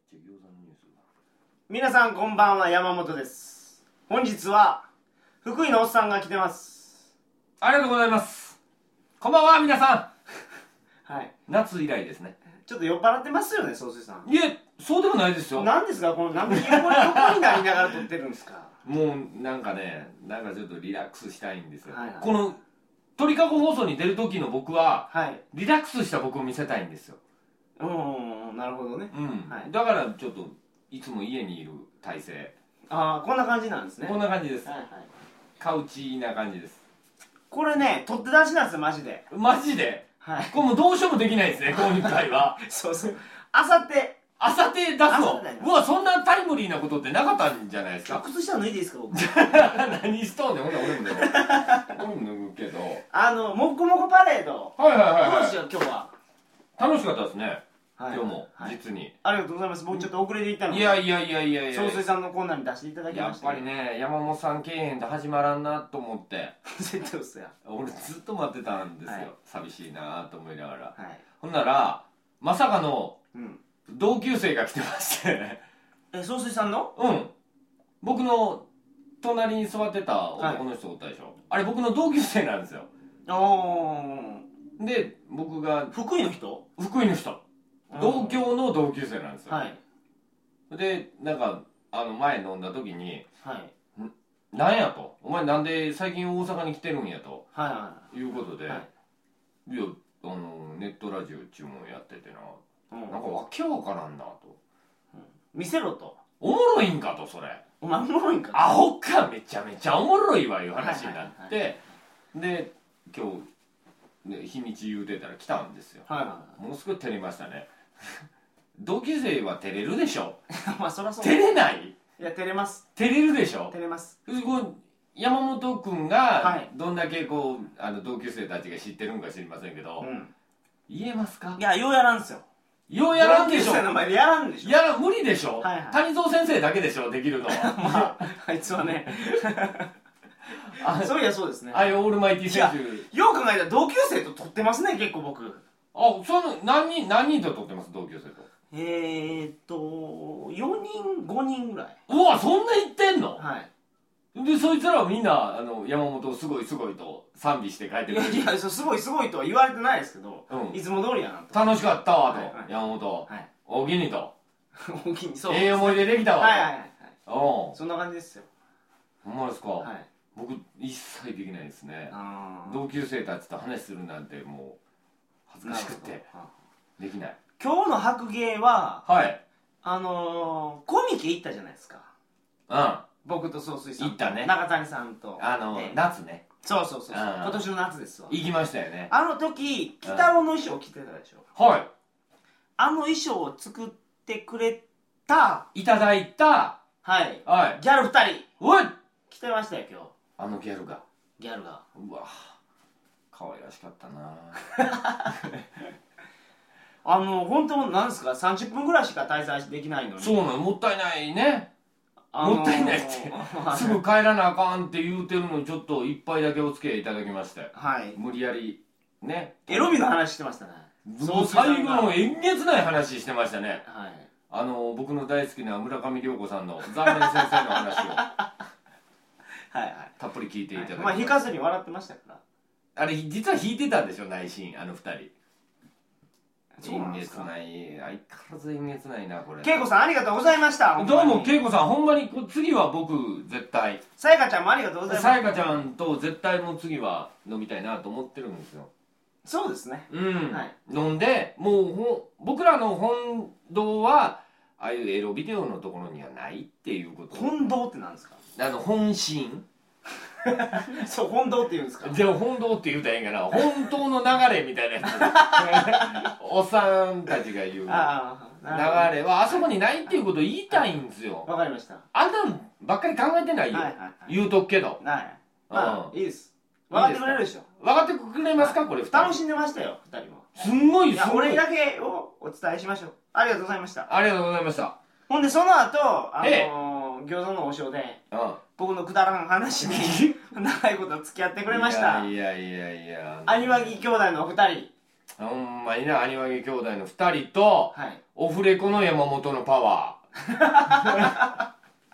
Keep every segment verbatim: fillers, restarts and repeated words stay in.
ちゃ餃子のニュースが。 皆さんこんばんは、山本です。本日は福井のおっさんが来てます。 ありがとうございます。こんばんは皆さん。はい。 夏以来ですね。 ちょっと酔っ払ってますよね、総帥さん。 いえ、そうでもないですよ。 何ですかこの何横に横になりながら撮ってるんですか。 もうなんかね、なんかちょっとリラックスしたいんですよ。 はいはい、 この鳥かご放送に出る時の僕は、 はい、 リラックスした僕を見せたいんですよ。 うん、なるほどね。 うん、 はい、 だからちょっといつも家にいる体勢。 ああ、こんな感じなんですね。 こんな感じです。 はいはい、 カウチな感じです。 これね、取って出しなんですよ、マジで。 マジで、 はい、 これもうどうしようもできないですね、今回は。 そうそう、あさって朝手出すの。うわ、そんなタイムリーなことってなかったんじゃないですか。 靴下脱いでいいですか僕。 何しとんねん。ほんなら俺も脱ぐ俺も脱ぐけど、 あのもこもこパレード、 はいはいはい、はい、 どうでした今日は。 楽しかったですね、 はい、 今日も、 はい、 実にありがとうございます。僕ちょっと遅れていったので、 いやいやいやいやいや、 総帥さんのコーナーに出していただきました、 やっぱりね、山本さん経営と始まらんなと思って絶対嘘や。 俺ずっと待ってたんですよ、はい、寂しいなと思いながら、 はい、 ほんならまさかの、 うん、 同級生が来てましてえ、総帥さんの？ うん、僕の隣に座ってた男の人おったでしょ、はい、あれ僕の同級生なんですよ。 おーで、僕が福井の人？ 福井の人、同郷の同級生なんですよ。 はい。 で、なんかあの前飲んだ時に、 はい、 なんやと、お前なんで最近大阪に来てるんやと、 はいはい、 いうことで、 はい、 いや、あのネットラジオ注文やっててな、 うん、 なんかわけわからんなと、 うん、見せろと。 おもろいんかと、それお前おもろいんかと、 アホか、めちゃめちゃおもろいわいう話になって、はいはいはい、で今日、ね、日にち言うてたら来たんですよ、はいはいはい、ものすごい照れましたね同級生は照れるでしょまあそらそう。 照れない？ いや、照れます。 照れるでしょ。 照れます。 こう山本君がどんだけこうあの同級生たちが知ってるんか知りませんけど、うん、言えますか？ いや、ようやらんすよ。 ようやらんでしょ。 同級生の前でやらんでしょ。 やら無理でしょ、はいはい、谷蔵先生だけでしょできるのはまああいつはねあ、そういやそうですね。 ああいうオールマイティ選手、よう考えたら同級生と撮ってますね、結構僕。 あ、その何人何人と撮ってます？同級生と。 えーっとよにんごにんぐらい。 うわ、そんな言ってんの？ はい。 でそいつらはみんなあの山本をすごいすごいと賛美して帰ってくる。 いやいや、すごいすごいとは言われてないですけど、うん、いつも通りやなと。 楽しかったわと、はいはい、山本、はい、おぎにとおぎに、そう、 ええ思い出できたわと、 はいはいはい、 おそんな感じですよ。 ほんまですか？はい、僕一切できないですね。同級生たちと話するなんてもう恥ずかしくてできない。 今日の白芸は、 はい、 あのー、コミケ行ったじゃないですか。 うん、 僕と総帥さん、 行ったね、 中谷さんと、 あのー、夏ね。 そうそうそう、今年の夏ですわ。 行きましたよね。 あの時鬼太郎の衣装を着てたでしょ。 はい。 あの衣装を作ってくれた、 いただいた、 はいはい、 ギャルふたり、 おい来てましたよ今日。 あのギャルがギャルがうわ可愛らしかったなあの本当なんですか、さんじゅっぷんぐらいしか滞在できないのに。そうなの、もったいないね、あのー、もったいないってすぐ帰らなあかんって言うてるのにちょっと一杯だけお付き合いいただきまして、はい、無理やりね、 エロビの話してましたね。 そう最後のえんげつない話してましたね、はい、あのー、僕の大好きな村上涼子さんの残念先生の話をはいはい、たっぷり聞いていただきました。 まあ引かずに笑ってましたから。 あれ実は弾いてたんでしょ、内心、あの二人。 えんげつない、相変わらずえんげつないなこれ。 恵子さんありがとうございました。 どうも恵子さん、ほんまに次は僕絶対、 さやかちゃんもありがとうございます。 さやかちゃんと絶対もう次は飲みたいなと思ってるんですよ。 そうですね、 うん、はい、飲んでもうほ僕らの本堂はああいうエロビデオのところにはないっていうこと。 本堂ってなんですか？ あの本心そう、本堂って言うんですか？ じゃあ本堂って言うたらええんかな、本当の流れみたいなやつおっさんたちが言う流れはあそこにないっていうことを言いたいんですよ。 わかりました。 あんなんばっかり考えてないよ、はいはいはい、言うとくけど、はい、 まあいいです。分かってくれるでしょ。 分かってくれますかこれ。 楽しんでましたよふたりも。 すんごいすごい。 お礼だけをお伝えしましょう。ありがとうございました。 ありがとうございました。 ほんでその後あのー、餃子の王将で僕のくだらん話に長いこと付き合ってくれました。 いやいやいやいや、 アニワギ兄弟のお二人、 ほんまにな、アニワギ兄弟のふたりと、はい、オフレコの山本のパワー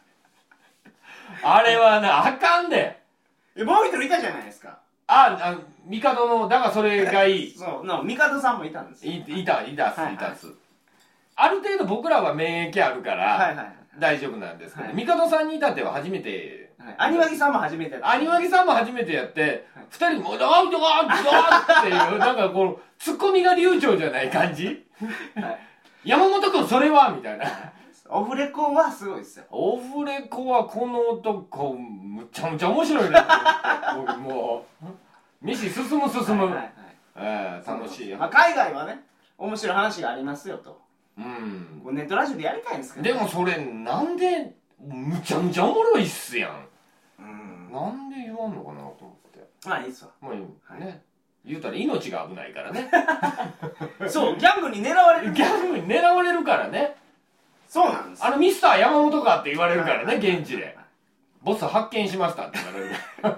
あれはな、あかんで。 え、もう一人いたじゃないですか。 あ、あ、帝の、だからそれがいい。 そう、の、帝さんもいたんですよ。 い、いた、いたっす、いたっす。ある程度僕らは免疫あるから、はいはい、大丈夫なんですけど、はい、帝さんに至っては初めて、 はい、アニワギさんも初めてやって。 アニワギさんも初めてやって、二、はい、人も、あー、ドワー、ドワーっていう、なんかこう、ツッコミが流暢じゃない感じ、はい、山本君それはみたいな。 オフレコはすごいですよ。 オフレコはこの男むちゃむちゃ面白いね僕もう飯進む進む、はいはいはい、えー、楽しい、 まあ、海外はね面白い話がありますよと、うん、ネットラジオでやりたいんですけど、 ね、でもそれなんでむちゃむちゃおもろいっすやん、うん、なんで言わんのかなと思って。 まあいいっすわ、 まあいい、はい、ね、言うたら命が危ないからねそう、ギャングに狙われるギャングに狙われるからね。 そうなんです。 あのミスター山本かって言われるからね、現地で。ボス発見しましたって言われる。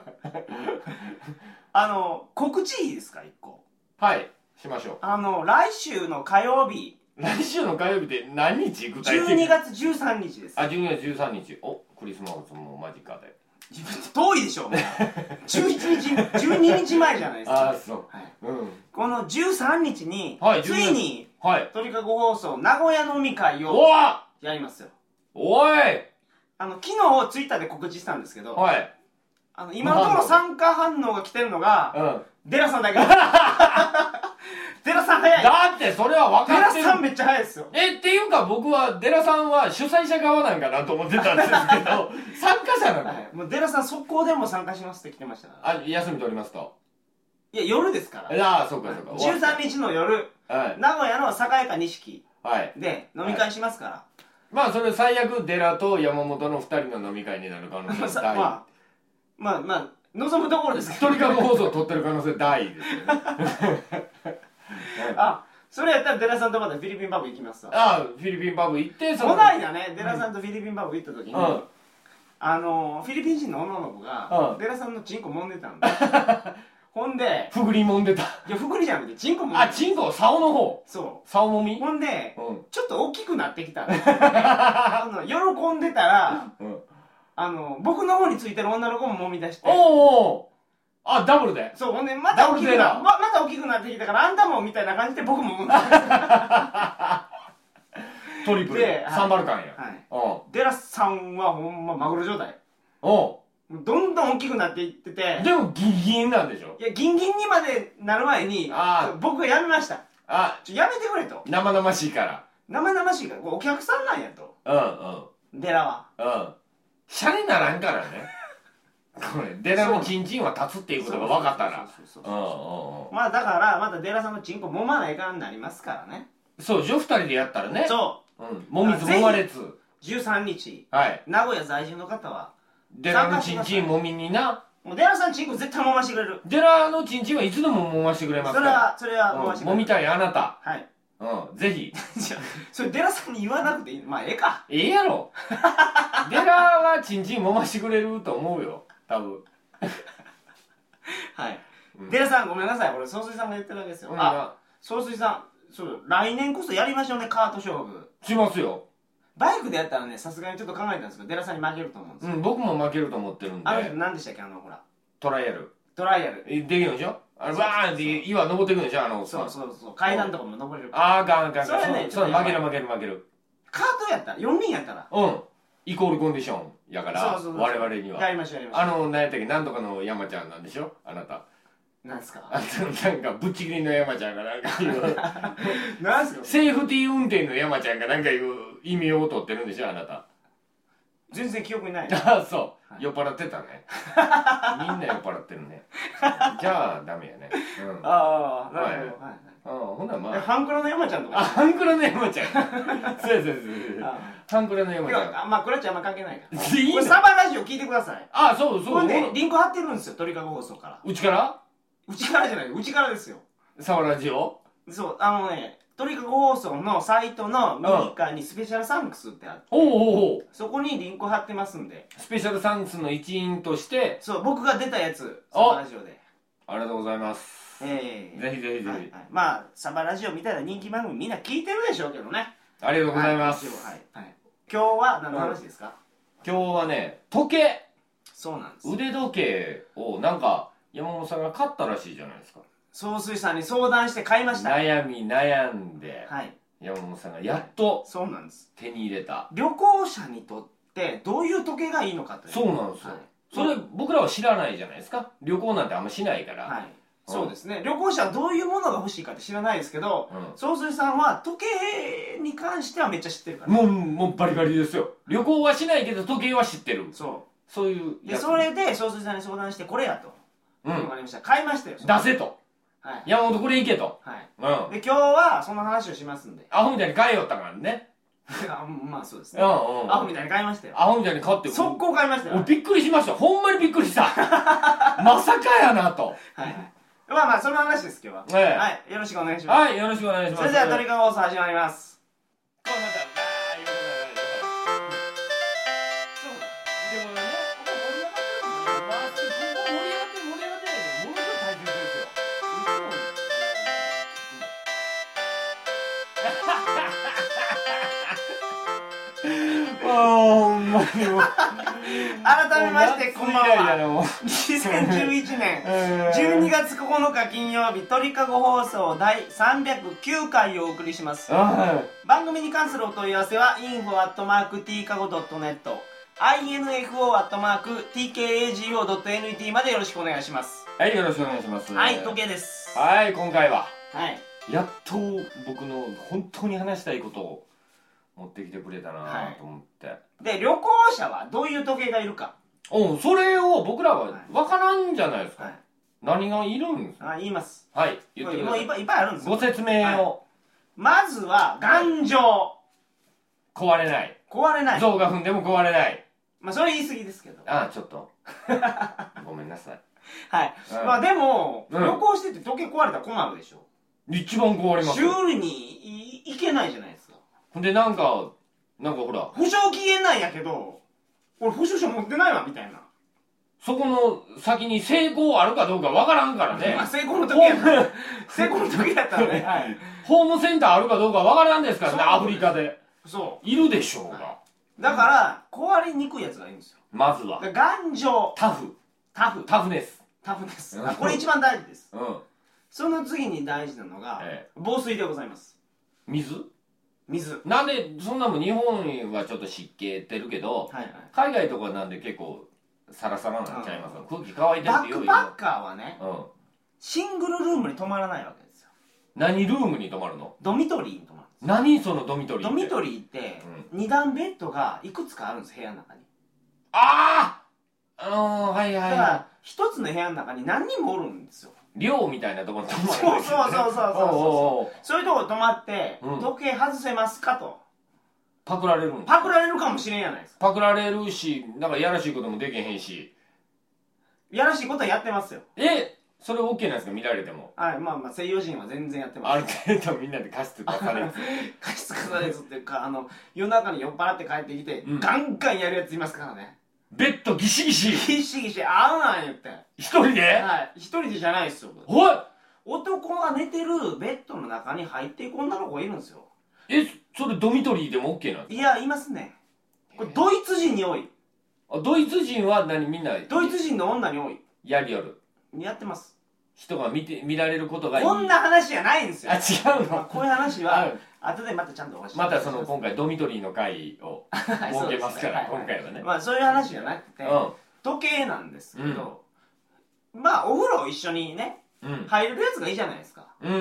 あの、告知いいですか、一個。 はい、しましょう。 あの、来週の火曜日。 来週の火曜日って何日具体的に？ じゅうにがつじゅうさんにちです。 あ、じゅうにがつじゅうさんにち。お、クリスマスも間近で。 遠いでしょ。じゅういちにち、じゅうににちまえじゃないですか。 あ、そう。はい、うん。 このじゅうさんにちに、 はい、 ついに、はい、鳥かご放送名古屋飲み会をやりますよ。 おい！ あの、昨日ツイッターで告知したんですけど、 はい。 あの、今のところ参加反応が来てるのが、うん。デラさんだけ。デラさん早い。 だってそれは分かってる。 デラさんめっちゃ早いですよ。 え、っていうか僕はデラさんは主催者側なんかなと思ってたんですけど、参加者なの？はい。 もうデラさん速攻でも参加しますって来てました。 あ、休み取りますと。 いや、夜ですから。 ああ、そうかそうか。 じゅうさんにちの夜、はい、名古屋の栄か錦で飲み会しますから。はい、 まあそれ最悪デラと山本のふたりの飲み会になる可能性大。 まあ、まあまあ望むところですけど、 鳥かご放送を撮ってる可能性大ですよね。 あ、それやったらデラさんとまたフィリピンパブ行きますわ。 ああ、フィリピンパブ行って、 そのこの間ね、デラさんとフィリピンパブ行った時に、うん、あのフィリピン人の女の子が、うん、デラさんのチンコ揉んでたんで。ほんで、 ふぐりもんでた。 いや、ふぐりじゃなくて、チンコもんでた。 あ、チンコ、竿の方。 そう。 竿もみ？ ほんで、うん、ちょっと大きくなってきた。あの、喜んでたら、うん、あの、僕の方についてる女の子も揉み出して。 おーおー。あ、ダブルで。 そう、ほんで、また大きくな、ま、また大きくなってきたから、あんたもみたいな感じで僕も揉んでた。 トリプル。で、サンバルカンや。 はい。デラさんはほんまマグロ状態。 おう。 どんどん大きくなっていってて、 でもギンギンなんでしょ？ いや、ギンギンにまでなる前に僕がやめました。あ、ちょやめてくれと。 生々しいから。 生々しいから、お客さんなんやと。うんうん。デラは。うん。 シャレならんからね。これデラのチンチンは立つっていうことが分かったら。 まあだからまたデラさんのチンコ揉まないかんなりますからね。 そうでしょ、ふたりでやったらね。 そう。 うん。もみつもまれつ。 じゅうさんにち。はい。名古屋在住の方は。 デラのチンチンもみにな。 もうデラさんチンコ絶対揉ましてくれる。 デラのチンチンはいつでも揉ましてくれますから。 それは、それは揉ましてくれる。 揉みたいあなた。 はい。 うん、ぜひ。 それデラさんに言わなくていい。まあ、ええか。 ええやろ。デラはチンチン揉ましてくれると思うよ。多分。 はい。デラさんごめんなさい。俺、総帥さんが言ってるわけですよ。あ、総帥さん、そう、来年こそやりましょうね、カート勝負。 しますよ。 バイクでやったらね、さすがにちょっと考えたんですけど、デラさんに負けると思うんですよ。 うん、僕も負けると思ってるんで。 あの人何でしたっけ、あの、ほら。 トライアル。 トライアル。 できるんでしょ？あれ、バーンって岩登っていくんでしょ？あの、 そうそうそう。階段とかも登れる。 ああ、ガンガンガン。それね、そう、負ける負ける負ける。 カートやったら、よにんやったら。 うん。イコールコンディションやから、我々には。 やりましょうやりましょう。 あの、何やったっけ、なんとかの山ちゃんなんでしょ？あなた。 なんすか？ なんかぶっちぎりの山ちゃんがなんか言うなんすか？ セーフティー運転の山ちゃんがなんか言う意味を取ってるんでしょ、あなた。 全然記憶にない。 ああ、そう、はい、酔っ払ってたね。みんな酔っ払ってるね。じゃあダメやね。うん、 ああ、なるほど。はい、はい、 ああ、ほんならまあハンクラの山ちゃんとか。 あ、ハンクラの山ちゃん。そうそうそうハンクラの山ちゃん。 まあクラッチあんま関係ないから。これサバラジオ聞いてください。 ああ、そうそう。 これね、リンク貼ってるんですよ、鳥かご放送から。 うちからうちからじゃない、うちからですよ。 サバラジオ？ そう、あのね、鳥かご放送のサイトの右側にスペシャルサンクスってあって、 おうおうおう、 そこにリンク貼ってますんで。 スペシャルサンクスの一員として、 そう、僕が出たやつ、サバラジオで。 ありがとうございます。 えー、ぜひぜひぜひ、はいはい、 まあサバラジオみたいな人気番組みんな聞いてるでしょうけどね。 ありがとうございます、 はいはい、今日は何の話ですか？ 今日はね、時計。 そうなんです。 腕時計をなんか山本さんが買ったらしいじゃないですか。 総帥さんに相談して買いました。 悩み悩んで、はい、山本さんがやっとそうなんです手に入れた。 旅行者にとってどういう時計がいいのかという。 そうなんですよ、はい、それ僕らは知らないじゃないですか。旅行なんてあんましないから、はい、 そうですね。旅行者はどういうものが欲しいかって知らないですけど、総帥さんは時計に関してはめっちゃ知ってるから。 もう、もうバリバリですよ。旅行はしないけど時計は知ってる。 そう。 そういうやつ。で、それで総帥さんに相談してこれやと。うん。わかりました。買いましたよ。 出せと。はい。山本これいけと。はい。 うん。で、今日はその話をしますんで。 アホみたいに買えよったからね。 まあそうですね。うんうん。アホみたいに買いましたよ。 アホみたいに買って。 速攻買いましたよ。 びっくりしました。ほんまにびっくりした。まさかやなと。はい。 まあまあその話です今日は、ええ、はい、よろしくお願いします。 はい、よろしくお願いします。 それではトリカゴ放送始まります。 ほんまにもう改めましてこんばんは。にせんじゅういちねんじゅうにがつここのか金曜日、鳥かご放送だいさんびゃくきゅうかいをお送りします。番組に関するお問い合わせは インフォ アットマーク ティーカゴ ドットネット インフォ アットマーク ティーケーエージーオー ドットエヌティー までよろしくお願いします。 はい、よろしくお願いします。 はい、時計です。 はい、今回ははいやっと僕の本当に話したいことを持ってきてくれたなと思って、はい、 で旅行者はどういう時計がいるか、 うん、それを僕らは分からんじゃないですか、はい、何がいるんですか？ あ、言います。 はい、言ってください。 いっぱいいっぱいあるんですよ。 ご説明を、はい、 まずは頑丈、 壊れない、 壊れない、 象が踏んでも壊れない。 まあそれ言い過ぎですけど、 ああ、ちょっとごめんなさい。 はい、うん、まあでも、うん、旅行してて時計壊れたら困るでしょ。 一番壊れます。 修理に行けないじゃないですか。 ほんでなんかなんかほら保証期限なんやけど俺保証書持ってないわみたいな、 そこの先に成功あるかどうかわからんからね。 まあ成功の時やったら成功の時やったらね、はい、 ホームセンターあるかどうかわからんですからね、アフリカで。 そういるでしょうが、はい、 だから壊れにくいやつがいいんですよ。 まずは頑丈、 タフタフタフネスタフネスこれ一番大事です、 うん、 その次に大事なのが、ええ、防水でございます。 水水なんでそんなもん日本はちょっと湿気てるけど、はいはい、海外とかなんで結構サラサラになっちゃいます、うん、空気乾いてるっていう。バックパッカーはね、うん、シングルルームに泊まらないわけですよ。 何ルームに泊まるの？ ドミトリーに泊まるんです。 何そのドミトリーって？ ドミトリーってに段ベッドがいくつかあるんです、部屋の中に。 ああ、あのー、はいはいはい。だから一つの部屋の中に何人もおるんですよ。 寮みたいなところに泊まる。 そうそうそうそうそうそうそういうところ泊まって、うん、時計外せますかと。 パクられるん？ パクられるかもしれんやないですか。 パクられるし、なんかやらしいこともできへんし。 やらしいことはやってますよ。 え、それ オーケー なんですか？見られても。 はい、まあまあ西洋人は全然やってます。 ある程度みんなで加湿重ねず加湿重ねずっていうか、あの夜中に酔っ払って帰ってきて、うん、ガンガンやるやついますからね。 ベッドギシギシギシギシあんなん言って一人で？ はい、一人でじゃないですよ。 おい、 男が寝てるベッドの中に入っていく女の子がいるんですよ。 え、それドミトリーでも オーケー なんですか？ いや、いますね。これドイツ人に多い。 あ、ドイツ人は何みんなドイツ人の女に多い。 やりよる。 やってます。 人が見て見られることがいい。 こんな話じゃないんですよ。 あ、違うの。 こういう話は後でまたちゃんとお話しまたその今回ドミトリーの会を設けますから今回はね。 まあそういう話じゃなくて時計なんですけど、まあお風呂一緒にね入れるやつがいいじゃないですか。 うんうん。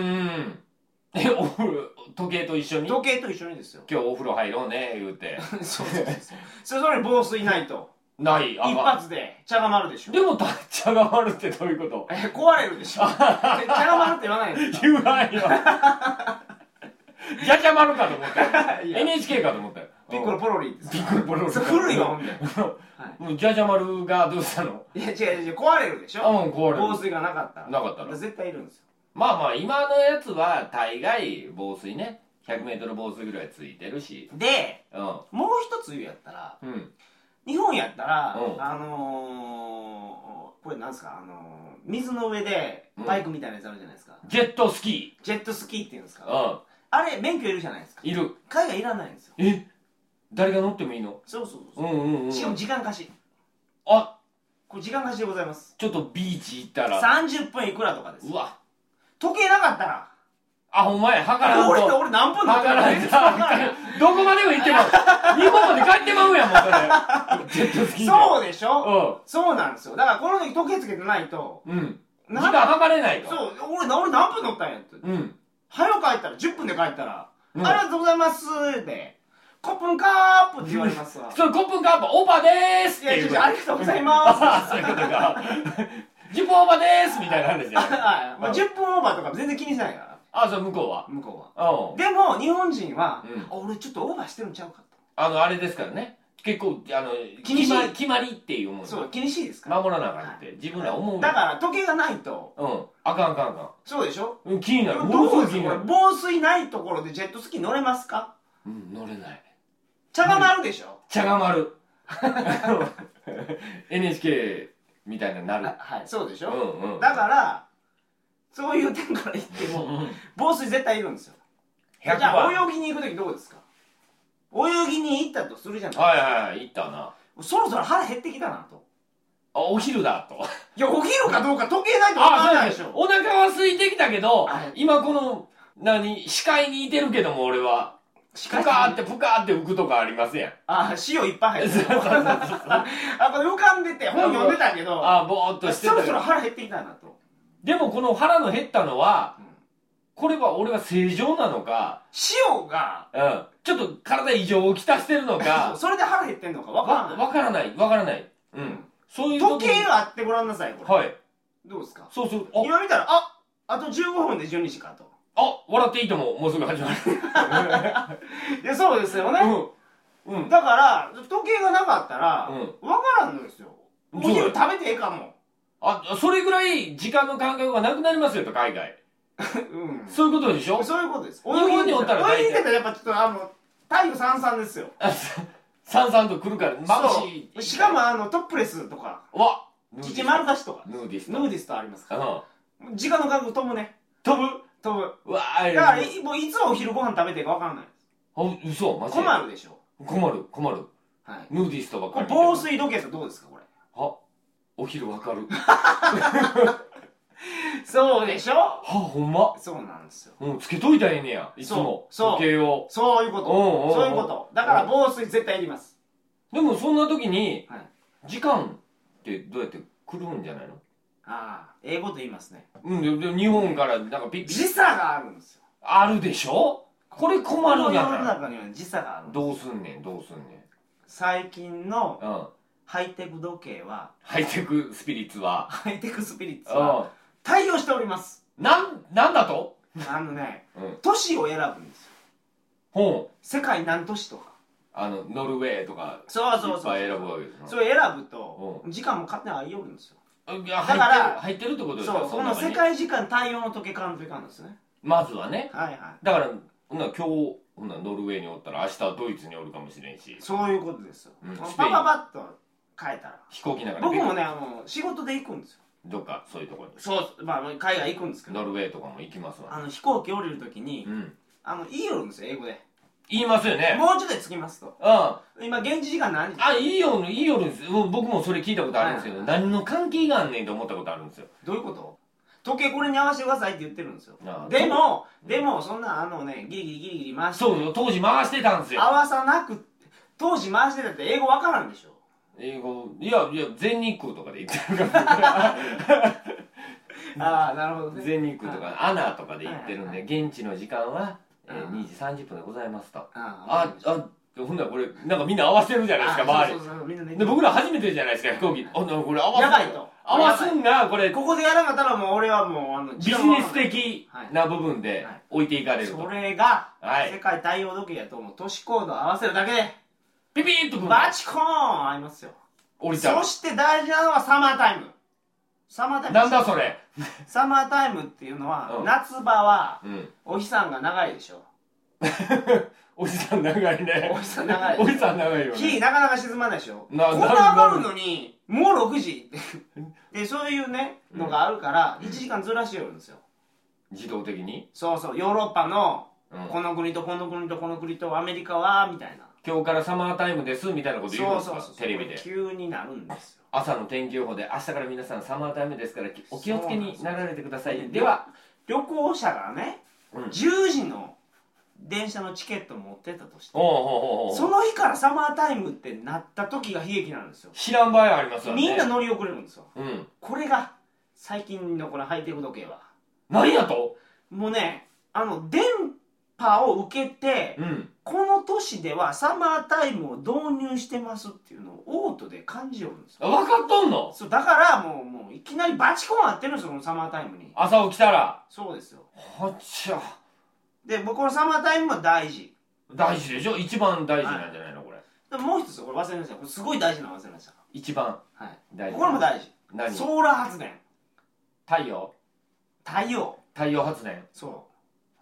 え、お風呂時計と一緒に？ 時計と一緒にですよ。 今日お風呂入ろうね言うて。 そうそうそう。それぞれ防水ないと。 ない。 一発で茶が回るでしょ。 でも茶が回るってどういうこと？ え、壊れるでしょ。茶が回るって言わないんですか？ 言わないよ。じゃじゃ丸かと思ったよ。エヌエイチケー かと思ったよ。 ピッコロポロリです。 ピッコロポロリ。 古いわほんで。 もうじゃじゃ丸がどうしたの？ いや違う違う、壊れるでしょ。 うん、壊れる。 防水がなかったら。 なかったら。 絶対いるんですよ。 まあまあ今のやつは大概防水ね。ひゃくメートル防水ぐらいついてるし。 で、もう一つ言うやったら、日本やったら、あのこれなんですか、あの水の上でバイクみたいなやつあるじゃないですか、 ジェットスキージェットスキーっていうんですか、 ー。うん。 あれ免許いるじゃないですか。 いる。 海外いらないんですよ。 え、誰が乗ってもいいの？ そうそうそう。 うんうんうん。 しかも時間貸し。 あ、 これ時間貸しでございます。 ちょっとビーチ行ったらさんじゅっぷんいくらとかです。 うわ、 時計なかったら、 あ、ほんまや、測らんと。 俺俺何分乗ってるか全然分からない。 どこまでも行ってまう。日本まで帰ってまうやん、もうそれ。ジェットスキーで。 そうでしょ。 うん。 そうなんですよ。だからこの時時計つけてないと、 うん。時間測れないと。 そう、俺俺何分乗ったんやって。 うん。 早く帰ったらじゅっぷんで帰ったら、 うん、 ありがとうございますで、コップンカープって言われますわ。 それコップンカープオーバーでーすっていやいや、ありがとうございます。 そういうことか。じゅっぷんオーバーでーすみたいな感じですよ。 はい。まあじゅっぷんオーバーとか全然気にしないから。 あ、そう、向こうは。 向こうは。でも、日本人は、うん、俺ちょっとオーバーしてるんちゃうかと。 あの、あれですからね。結構、あの、決まり、決まりっていうもの。 そう、気にしいですから。 守らなあかんって、自分ら思う。 だから、時計がないと。 うん。あかんあかんあかん。 そうでしょ。 うん、気になる。 どうですか？防水ないところでジェットスキー乗れますか？ うん、乗れない。 茶がまるでしょ。 茶がまる。エヌエイチケー みたいななる。 はい、そうでしょ。 うんうん。 だから、そういう点から言っても、防水絶対いるんですよ。じゃあ、泳ぎに行くときどうですか？泳ぎに行ったとするじゃないですか。 はいはいはい、行ったな。 そろそろ腹減ってきたなと。 あ、お昼だと。 いや、お昼かどうか時計ないと分からないでしょ。 お腹は空いてきたけど、今この、何、視界にいてるけども俺は。プカーってプカーって浮くとかありますやん。 あ、塩いっぱい入ってる。あ、これ浮かんでて本読んでたけど。 あ、ぼーっとしてた。 そろそろ腹減ってきたなと。 でもこの腹の減ったのは、うん、これは俺は正常なのか、 塩が、 うん、ちょっと体異常をきたしてるのか、 それで腹減ってんのかわからない。 わからない、わからない。うん。 そういう時計があってごらんなさい、これ。はい。どうですか？ そうそう。 今見たら、あ、あとじゅうごふんでじゅうにじかと。 あ、笑っていいとも、もうすぐ始まる。 いや、そうですよね。うん。うん。だから、時計がなかったら、うん、わからんのですよ。お昼食べてええかも。 あ、それぐらい時間の感覚がなくなりますよと、海外。うん。そういうことでしょ？ そういうことです。 日本におったら大体。泳いでたらやっぱちょっと、あの、太陽さんさんですよ。 さんさんと来るから、まぶしい。しかも、あの、トップレスとか。 わ父丸出しとか。 ヌーディスト。 ヌーディストありますから。うん。時間の感覚飛ぶね。飛ぶ飛ぶ。 うわー、 だから、もういつお昼ご飯食べていいか分からないです。あ、嘘マジで困るでしょ。 困る、困る。はい。ヌーディストばっかり。 防水時計とどうですか、これ。 はお昼分かる。 そうでしょ。は、 ほんま。 そうなんですよ。 うん、つけといたらええねや。いつも。時計を。 そういうこと。そういうこと。だから防水絶対いります。 でもそんな時に、時間ってどうやって来るんじゃないの？ ああ、英語と言いますね。 うん、で日本からなんかピッ時差があるんですよ。 あるでしょ？これ困るんやから。世の中には時差があるんです。 どうすんねん、どうすんねん。 最近のハイテク時計は、 ハイテクスピリッツは、 ハイテクスピリッツは対応しております。 なん、なんだと？ あのね、都市を選ぶんですよ。 ほう。 世界何都市とか。 あの、ノルウェーとか、 そうそうそう。いっぱい選ぶわけですよ。 それ選ぶと、時間も勝手に合いよるんですよ。 いや、だから、入ってるってことですか？ そう、この世界時間対応の時計買わんといかんですね。 まずはね。 はいはい。 だから、ほんなら今日、ほんならノルウェーにおったら明日はドイツにおるかもしれんし。 そういうことですよ。パパパッと変えたら。 飛行機ながら。 僕もね、あの、仕事で行くんですよ。 どっか、そういうところに。 そう、まあ、海外行くんですけど。 ノルウェーとかも行きますわ。 あの、飛行機降りるときに、あの、言いよるんですよ、英語で。 言いますよね。 もうちょっとで着きますと。うん。今、現地時間何時？ あ、いいよ、いいよるんです。僕もそれ聞いたことあるんですけど、何の関係があんねんと思ったことあるんですよ。 どういうこと？時計これに合わせてくださいって言ってるんですよ。でも、でも、そんな、あのね、ギリギリギリギリ回して。 そうよ、当時回してたんですよ。 合わさなく、当時回してたって英語わからんでしょ。 英語、いや、いや、全日空とかで言ってるから。 ああ、なるほどね。 全日空とか、アナとかで言ってるんで、現地の時間は、にじさんじゅっぷんでございますと。あ、あ、ほんならこれ、なんかみんな合わせるじゃないですか、周り。そうそうそう、みんなね。で、僕ら初めてじゃないですか、飛行機。あ、これ合わせる。 やばいと。 合わすんが、これ。 ここでやらなかったらもう俺はもう、あの、 ビジネス的な部分で置いていかれると。 それが、世界対応時計やと思う。都市コード合わせるだけで、 ピピッとバチコーン合いますよ。 降りた。 そして大事なのはサマータイム。サマータイム。 なんだそれ。 サマータイムっていうのは、夏場は、お日さんが長いでしょ。 おじさん長いね。 おじさん長い。 おじさん長いよ。 日なかなか沈まないでしょ。こんな上がるのに、 もうろくじでそういうねのがあるからいちじかんずらしよるんですよ、 自動的に。 そうそう、ヨーロッパのこの国とこの国とこの国とアメリカはみたいな、 今日からサマータイムですみたいなこと言うんですか。 そうそうそう、 テレビで急になるんですよ。 朝の天気予報で明日から皆さんサマータイムですからお気をつけになられてください。では旅行者がね、うん、じゅうじの電車のチケット持ってたとして、おうおうおうおう、その日からサマータイムってなった時が悲劇なんですよ。 知らん場合ありますよね。 みんな乗り遅れるんですよ、 うん、 これが最近のこのハイテク時計は何やと、 もうね、あの電波を受けて、うん、この年ではサマータイムを導入してますっていうのをオートで感じよるんですよ。 分かっとんの。 そうだからもう、もういきなりバチコン合ってるんですよ、このサマータイムに。 朝起きたら。 そうですよ。 はっちゃ。 で僕このサマータイムは大事大事でしょ。一番大事なんじゃないの、はい、これ。 でももう一つこれ忘れました。これすごい大事なの忘れました。 一番、 はい、 大事。 これも大事。 何？ ソーラー発電。 太陽太陽太陽発電。 そう、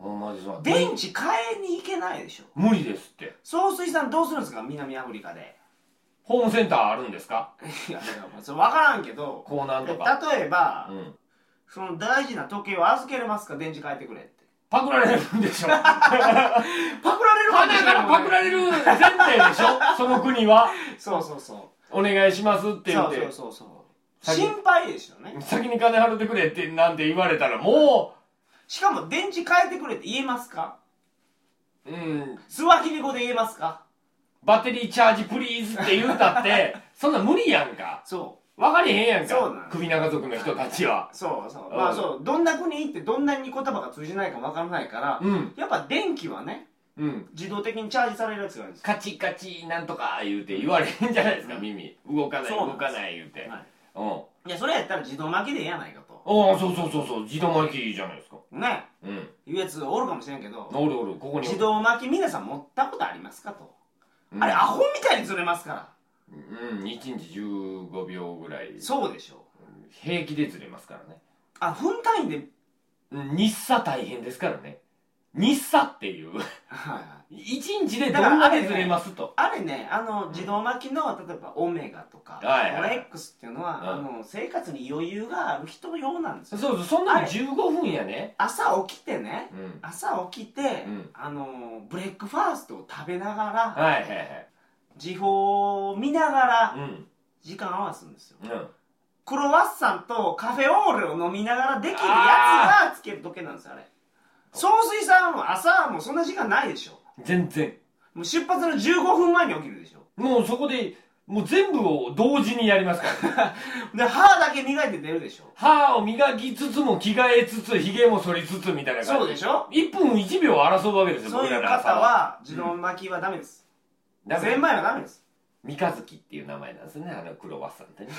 マジそう。 電池買いに行けないでしょ。 無理ですって。 総水産どうするんですか、南アフリカで。 ホームセンターあるんですか。 いやそれ分からんけど、 こうなんとか例えば、うん、その大事な時計を預けれますか、電池変えてくれって。 パクられるんでしょ。パクられるわけじゃない。パクられる前提でしょ。その国は。 そうそうそう。 お願いしますって言って。 そうそうそうそう。心配ですよね。 先に金払ってくれってなんて言われたらもう。しかも電池変えてくれって言えますか。 うん。 スワヒリ語で言えますか。 バッテリーチャージプリーズって言うたってそんな無理やんか。 そう。 分かりへんやんか、首長族の人たちは。 そうそう、まあそう、どんな国行ってどんなに言葉が通じないか分からないから、うん、やっぱ電気はね、うん、自動的にチャージされるやつがあるんです。 カチカチなんとか言うて言われへんじゃないですか、うん、耳動かない動かない言うて、はい、 うん、いやそれやったら自動巻きでええやないかと。 ああそうそうそうそう、自動巻きじゃないですかね、うん、いうやつおるかもしれんけど、 おるおる、ここに自動巻き皆さん持ったことありますかと、うん、あれアホみたいにずれますから。 うん、いちにちじゅうごびょうぐらい。 そうでしょ、 平気でずれますからね。 あ、分単位で。 日差大変ですからね。日差っていういちにちでどんだけずれますと。 あれね、あの自動巻きの例えばオメガとかオレックスっていうのは、あの生活に余裕がある人用なんですよ。 そうそう、そんなのじゅうごふんやね。 朝起きてね、朝起きてあのブレックファーストを食べながら、はいはいはい、時報を見ながら時間合わすんですよ、うん、クロワッサンとカフェオーレを飲みながらできるやつがつける時計なんですよ、あれ。総水さんは朝はもうそんな時間ないでしょ。 全然。 もう出発のじゅうごふんまえに起きるでしょ。 もうそこでもう全部を同時にやりますからで歯だけ磨いて出るでしょ。 歯を磨きつつも着替えつつひげも剃りつつみたいな感じ。 そうでしょ。 いっぷんいちびょう争うわけですよ。 そういう方は自動巻きはダメです、うん、千枚はダメです。 三日月っていう名前なんですね、あのクロワッサンってね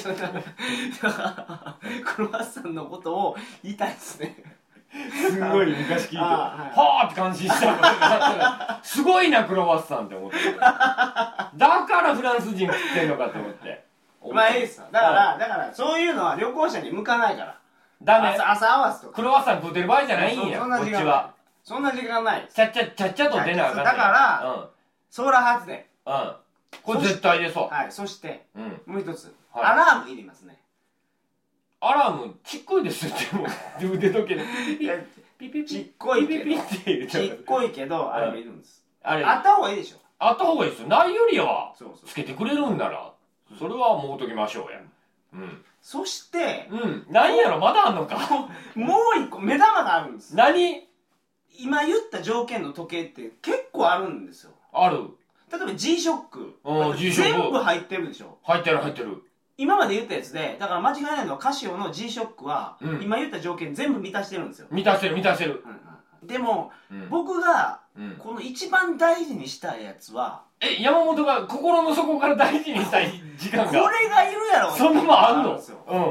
クロワッサンのことを言いたいですねすごい昔聞いて、はあって感心したのすごいなクロワッサンって思ってだからフランス人食ってんのかと思って。 まあいいですよ。だからだからそういうのは旅行者に向かないから。 ダメ。 朝朝合わすとかクロワッサン食うてる場合じゃないんや、こっちは。 そんな時間ない。 ちゃっちゃちゃっちゃと出なあかん。 だからソーラー発電、 うん、これ絶対でそう。 はい。そしてもう一つアラームいりますね。 アラームちっこいですよ。でも腕時計でピピピちっこいけどちっこいけどあれもいるんです。あれあった方がいいでしょ。 あった方がいいですよ。ないよりはつけてくれるんならそれはもうときましょうや。うん。 そしてうん何やろ、まだあんのかもう一個目玉があるんです。 何？ 今言った条件の時計って結構あるんですよ。 ある。 例えば G ショック全部入ってるでしょ。 入ってる入ってる。 今まで言ったやつで、だから間違いないのはカシオの G ショックは、うん、今言った条件全部満たしてるんですよ。 満たしてる満たしてる、 うんうん、でも、うん、僕が、うん、この一番大事にしたいやつはえ、山本が心の底から大事にしたい時間がこれがいるやろ。 そんなもんあんの？うん、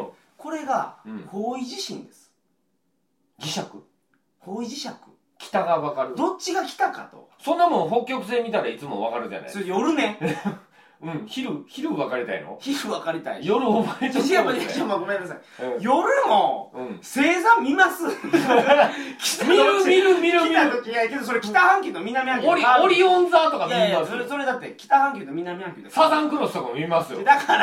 これが、うん、方位磁石です。 磁石？ 方位磁石。 北が分かる。 どっちが北かと。 そんなもん北極星見たらいつも分かるじゃないですか。 それ夜ねうん、昼、昼分かりたいの？ 昼分かりたい。 夜お前と違う、違う、ごめんなさい。夜も、星座見ます？ 見る見る見る見る。 来た時、いやけどそれ北半球と南半球。 オリオン座とか見ます。 いやいや、それ、それだって北半球と南半球で。 サザンクロスとかも見ますよ。 だから、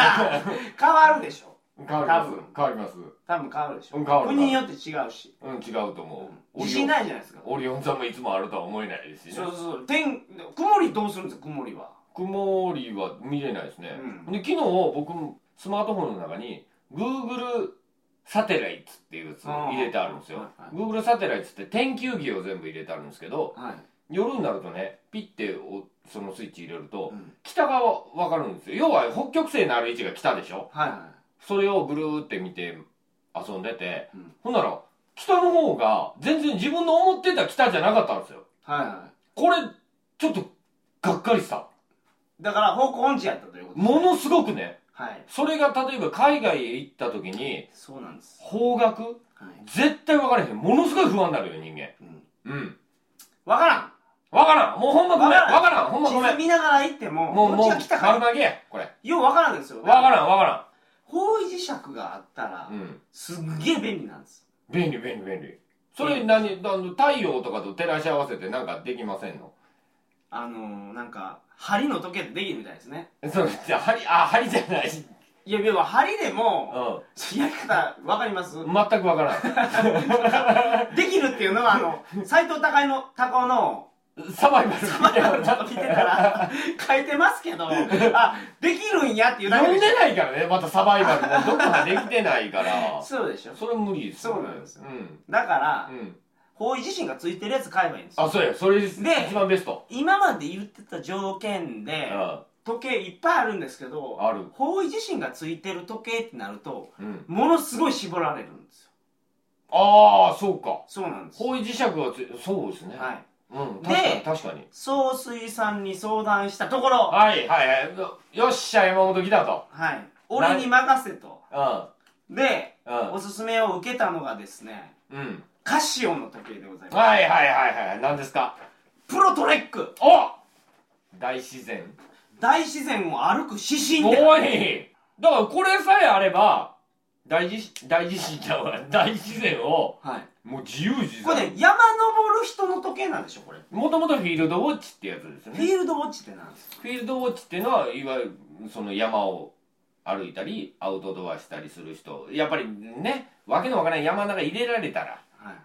変わるでしょ。 変わります。変わります。 多分変わるでしょ。 変わる。 国によって違うし。 うん、違うと思う。 自信ないじゃないですか。 オリオン座もいつもあるとは思えないですしね。 そうそうそう。天、曇りどうするんですか、曇りは。 曇りは見れないですね。で、昨日僕、スマートフォンの中に、Google サテライツっていうやつ入れてあるんですよ。Google サテライツって天球儀を全部入れてあるんですけど、夜になるとね、ピッてそのスイッチ入れると、北がわかるんですよ。要は北極星のある位置が北でしょ。それをぐるーって見て遊んでて、うん、ほんなら北の方が全然自分の思ってた北じゃなかったんですよ。はいはい。これちょっとがっかりした。 だから方向音痴やったということです、ね、ものすごくね。 はい。 それが例えば海外へ行った時に、 そうなんです。 方角、はい、絶対分からへん。ものすごい不安になるよ人間。うん。うん。 分からん。 分からん。もうほんまごめん。分からん。ほんまごめん。 地図見ながら行っても、 もうもうどっちが来たか。 丸投げやこれ。 よう分からんですよ。 分からん分からん。 方位磁石があったら、うん、すっげえ便利なんです。 便利便利便利。それ何、太陽とかと照らし合わせてなんかできませんの？ あのー、なんか針の時計ってできるみたいですね。 そうじゃ針あ針じゃない。 いやでも針でも、うん、やり方わかります？ 全くわからん。できるっていうのはあの斎藤隆の高尾のサバイバルサバイバルとか見てたら書いてますけど、あ、できるんやっていうだけで読んでないからね、またサバイバルもどこかできてないからそうでしょ。 それ無理ですよね。そうなんですよ、うん、だから、うん、方位自身がついてるやつ買えばいいんですよ。 あ、そうや、それですで一番ベスト。 今まで言ってた条件で、うん、時計いっぱいあるんですけど、ある方位自身がついてる時計ってなると、うん、ものすごい絞られるんですよ。 ああ、そうか。 そうなんです。 方位磁石がつそうですね。 はい。 うん、確かに確かに。 総帥さんに相談したところ、 はいはいはい、よっしゃ山本来たと。 はい。俺に任せと。うん。で、うん、おすすめを受けたのがですね、うん。カシオの時計でございます。 はいはいはいはい。何ですか？ プロトレック。 お！大自然。 大自然を歩く指針で。おい！だからこれさえあれば、大地大地震ちゃうわ。大自然を、はい、もう自由自在。 これね、山登る人の時計なんでしょこれ。 もともとフィールドウォッチってやつですよね。 フィールドウォッチって何ですか？ フィールドウォッチっていうのはいわゆるその山を歩いたりアウトドアしたりする人、やっぱりね、わけのわからない山の中入れられたら、はいはい、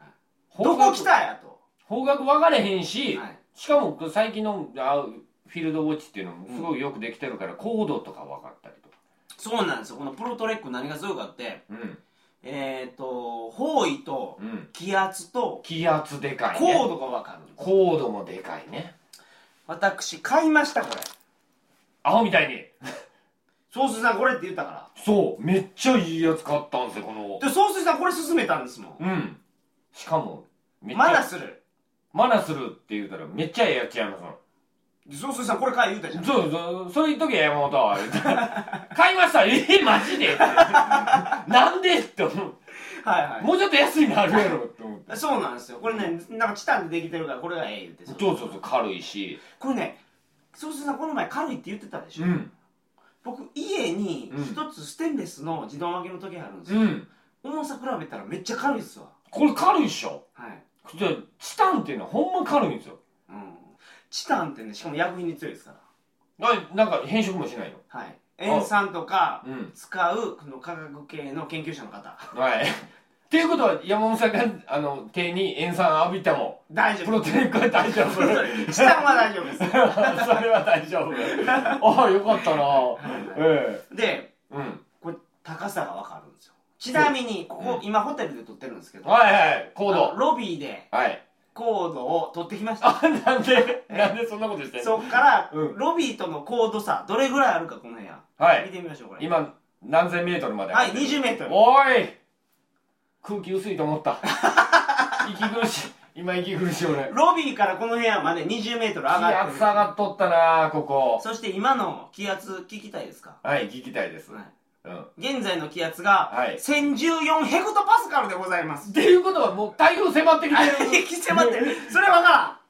どこ来たやと方角分かれへんし、はい、しかも最近のあフィールドウォッチっていうのもすごいよくできてるから、うん、高度とか分かったりとか。 そうなんですよ。このプロトレック何がすごいかって、うん、えっ、ー、と方位と気圧と、 うん、気圧でかいね。 高度が分かるんです。 高度もでかいね。 私買いましたこれ。 アホみたいに。 総帥さんこれって言ったから。 そう、めっちゃいいやつ買ったんですよこの。 で総帥さんこれ勧めたんですもん。 うん。しかもめっちゃマナする。 マナするって言うたらめっちゃええやつやんの。 総帥さんこれ買い言うたじゃん。 そうそう、それ言っとけ山本。買いました。えー、マジでなんでって思う。はいはい。もうちょっと安いのあるやろって思って。 そうなんですよ。これね、なんかチタンでできてるからこれがええ言って。 そうそうそう、軽いし。 これね、総帥さんこの前軽いって言ってたでしょ。うん。僕家に一つステンレスの自動巻きの時計あるんですよ。うん。重さ比べたらめっちゃ軽いっすわ。 これ軽いっしょ。はい。じゃあチタンっていうのはほんま軽いんですよ。うん。チタンってね、しかも薬品に強いですから。あ、 なんか変色もしないの？ はい。塩酸とか使うこの化学系の研究者の方。 はい。っていうことは山本さんがあの手に塩酸浴びても大丈夫。 プロテインは大丈夫。 チタンは大丈夫です。それは大丈夫。ああよかったな。 ええ。で、うん、これ高さがわかるんですよ。ちなみにここ今ホテルで撮ってるんですけど。 はいはい。コード。 ロビーで。はい。コードを取ってきました。 あ、なんでなんでそんなことしてんの？ そっから、うん、ロビーとの高度差、どれぐらいあるか、この部屋。はい。見てみましょう、これ。 今、何千メートルまではい、にじゅうメートル。 おーい空気薄いと思った。息苦しい。今息苦しい俺。 ロビーからこの部屋までにじゅうメートル上がってる。 気圧上がっとったなここ。 そして今の気圧聞きたいですか？ はい、聞きたいです。はい。 うん、現在の気圧が、はい、せんじゅうよんヘクトパスカルでございます。 っていうことはもう台風迫ってきてる。 迫ってる。それわからん。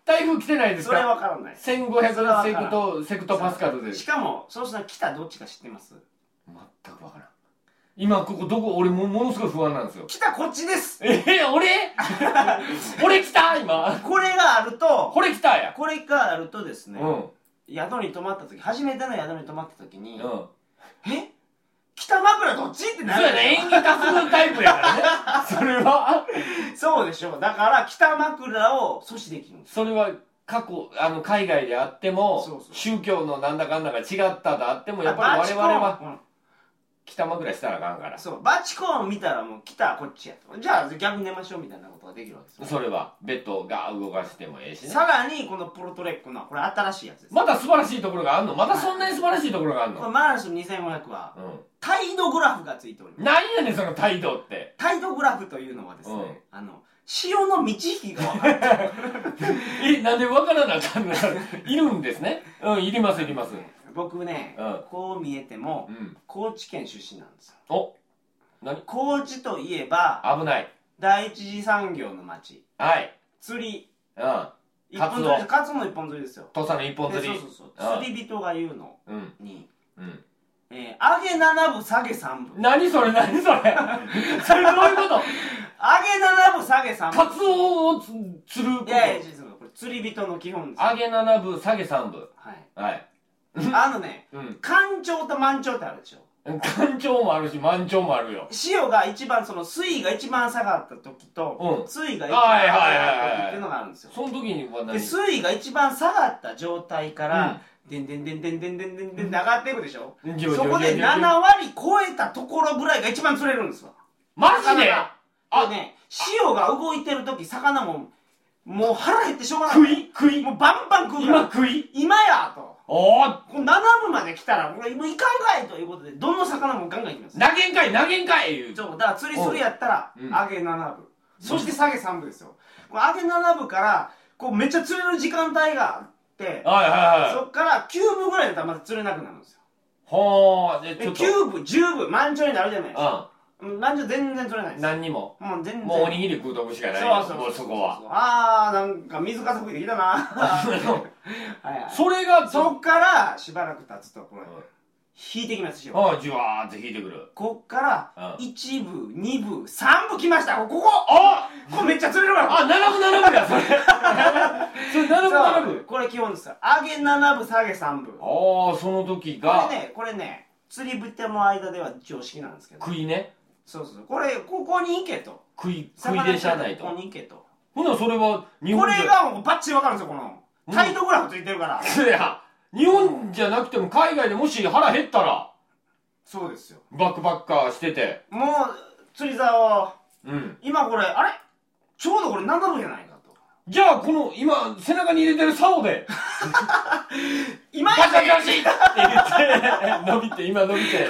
台風来てないですか？ それわからない。 せんごひゃくセクトセクトパスカルで。 しかもそうしたら北どっちか知ってます？ 全くわからん。今ここどこ、俺もものすごい不安なんですよ。 北こっちです。 えー、俺俺来た今。 これがあると、 これ来たや。 これがあるとですね、 うん、 宿に泊まった時、初めての宿に泊まった時に、 うん、 え北枕どっちってなるでしょ。そうやね、演技化するタイプやからね。それはそうでしょ。だから北枕を阻止できるんです。 それは過去あの海外であっても、そうそう、宗教のなんだかんだが違ったであっても、やっぱり我々は、うん、北枕したらあかんから。 そう、バチコーン見たらもう北こっちやと。じゃあ逆に寝ましょうみたいなことができるわけですよ。 それはベッドが動かしてもええしね。 さらにこのプロトレックのこれ新しいやつです。 まだ素晴らしいところがあんの？まだそんなに素晴らしいところがあんの？ これマラスにせんごひゃくは、うん、タイドグラフがついております。 何やねんそのタイドって。 タイドグラフというのはですね、うん、あの潮の満ち引きが分かる。 え、なんで分からなあかんの？いるんですね。うん、いりますいります。 僕ね、うん、こう見えても、うん、高知県出身なんですよ。 お、何？ 高知といえば危ない。 第一次産業の町。 はい。 釣り。 うん。 一本釣り、カツオの一本釣りですよ。 土佐の一本釣り。 そうそうそう。釣り人が言うのに、 うん。うん。 えー、上げ七分下げ三分。 何それ何それ。それどういうこと？ 上げ七分下げ三分。 カツオを釣ること。 いやいや、これ釣り人の基本です。 上げ七分下げ三分。 はい。 はい。 あのね、うん、干潮と満潮ってあるでしょ。 干潮もあるし満潮もあるよ。 潮が一番その水位が一番下がった時と、うん、水位が一番上がった時っていうのがあるんですよ。 その時には何？ で水位が一番下がった状態から、うん、でんでんでんでんでんでんでんでんで上がっていくでしょ。うん、そこでななわり超えたところぐらいが一番釣れるんですわ。 マジで？ あね、潮が動いてる時魚ももう腹減ってしょうがない。 食い食いもうバンバン食う。 今食い今やと。 おお。 このななぶまで来たらもういかんかいということでどの魚もガンガンいきます。 投げんかい投げんかい言う。 そうだから釣りするやったら上げななぶ、そして下げさんぶですよ。これ上げななぶからこうめっちゃ釣れる時間帯があって、はいはいはい、そっからきゅうぶぐらいだったらまた釣れなくなるんですよ。 はあ。でちょっときゅうぶじゅうぶ満潮になるじゃないですか。満潮全然取れないです。 何にももう全然もうおにぎり食うとこしかない。そうそうそう、そこは。 ああ、なんか水かさ吹いてきたな。はいはい、 それがそっからしばらく経つとこれ、うん、引いてきますよ。 ああ、じわーって引いてくる。 こっからいちぶにぶさんぶ来ました。ここあこれめっちゃ釣れるから。 あ、ななぶななぶやそれ。それななぶななぶ。 これ基本ですよ。上げななぶ下げさんぶ。 ああ、その時がこれね、これね、釣り人の間では常識なんですけど。 食いね。 そうそう、これここに行けと。 食い食いでしゃないと。 ここに行けと。 ほなそれは日本でこれがもうバッチリ分かるんですよ。このタイトグラフついてるから。 いや、日本じゃなくても海外でもし腹減ったら。 そうですよ。 バックバッカーしててもう釣り竿を、うん、今これあれちょうどこれななぶじゃないかと。 じゃあこの今背中に入れてる竿で今ガシャガシャって言って伸びて今伸びて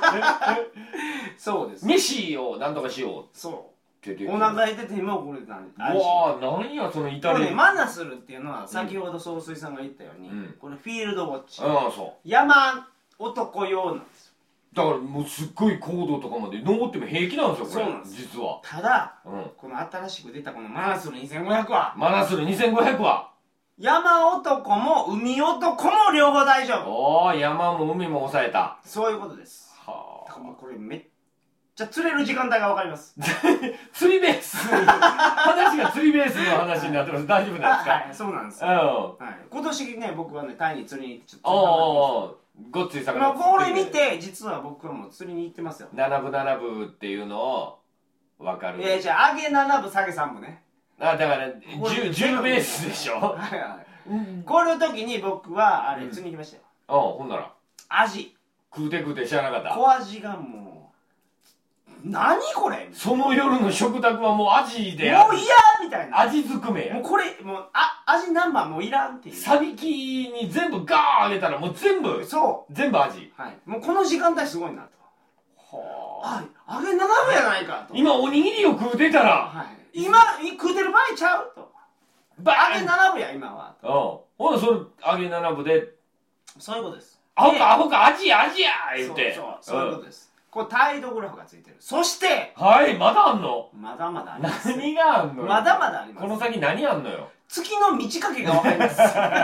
そうです。 飯をなんとかしよう。 そうお腹減ってて今これなんうわー、なんやそのイタリア。 これね、マナスルっていうのは先ほど総帥さんが言ったように、うん、これフィールドウォッチ、 うん、そう山男用なんですよ。 だからもうすっごい高度とかまで登っても平気なんですよ、これ。そうなんです。実はただ、うん、この新しく出たこのマナスルにせんごひゃくはマナスルにせんごひゃくは山男も海男も両方大丈夫。 おお、山も海も抑えた。 そういうことです。はあ。これめっちゃ釣れる時間帯が分かります。 釣りベース話が釣りベースの話になってます。大丈夫ですか？ はい、そうなんですよ。はい、今年ね、僕はね、タイに釣りに行ってちょっとごっつい魚釣って、これ見て実は僕はもう釣りに行ってますよ。 ななぶななぶっていうのを分かる。 いや、じゃあ上げななぶ下げさんぶね。 あ、だから 10, 10ベースでしょ。はいはい。 この時に僕はあれ釣りに行きましたよ。 ああ、ほんならアジ食うて食うて知らなかった。 小アジがもう何これ。 その夜の食卓はもうアジでもう嫌みたいな。 アジずくめや。 もうこれもうあ味ナンバーもういらんっていう。 サビキに全部ガー上げたらもう全部そう全部アジ。 はい。もうこの時間帯すごいなと。はあ。あれななぶやないかと。 今おにぎりを食うてたら。 はい。今食うてる場合ちゃうと。揚げななぶや今は。 うん。ほなそれ揚げななぶで。 そういうことです。 アホかアホかアジやアジや言って。 そうそうそういうことです。 これタイドグラフがついてる。そしてはいまだあんの？ まだまだあります。 何があんのよ？ まだまだあります。 この先何あんのよ？ 月の満ち欠けがわかります。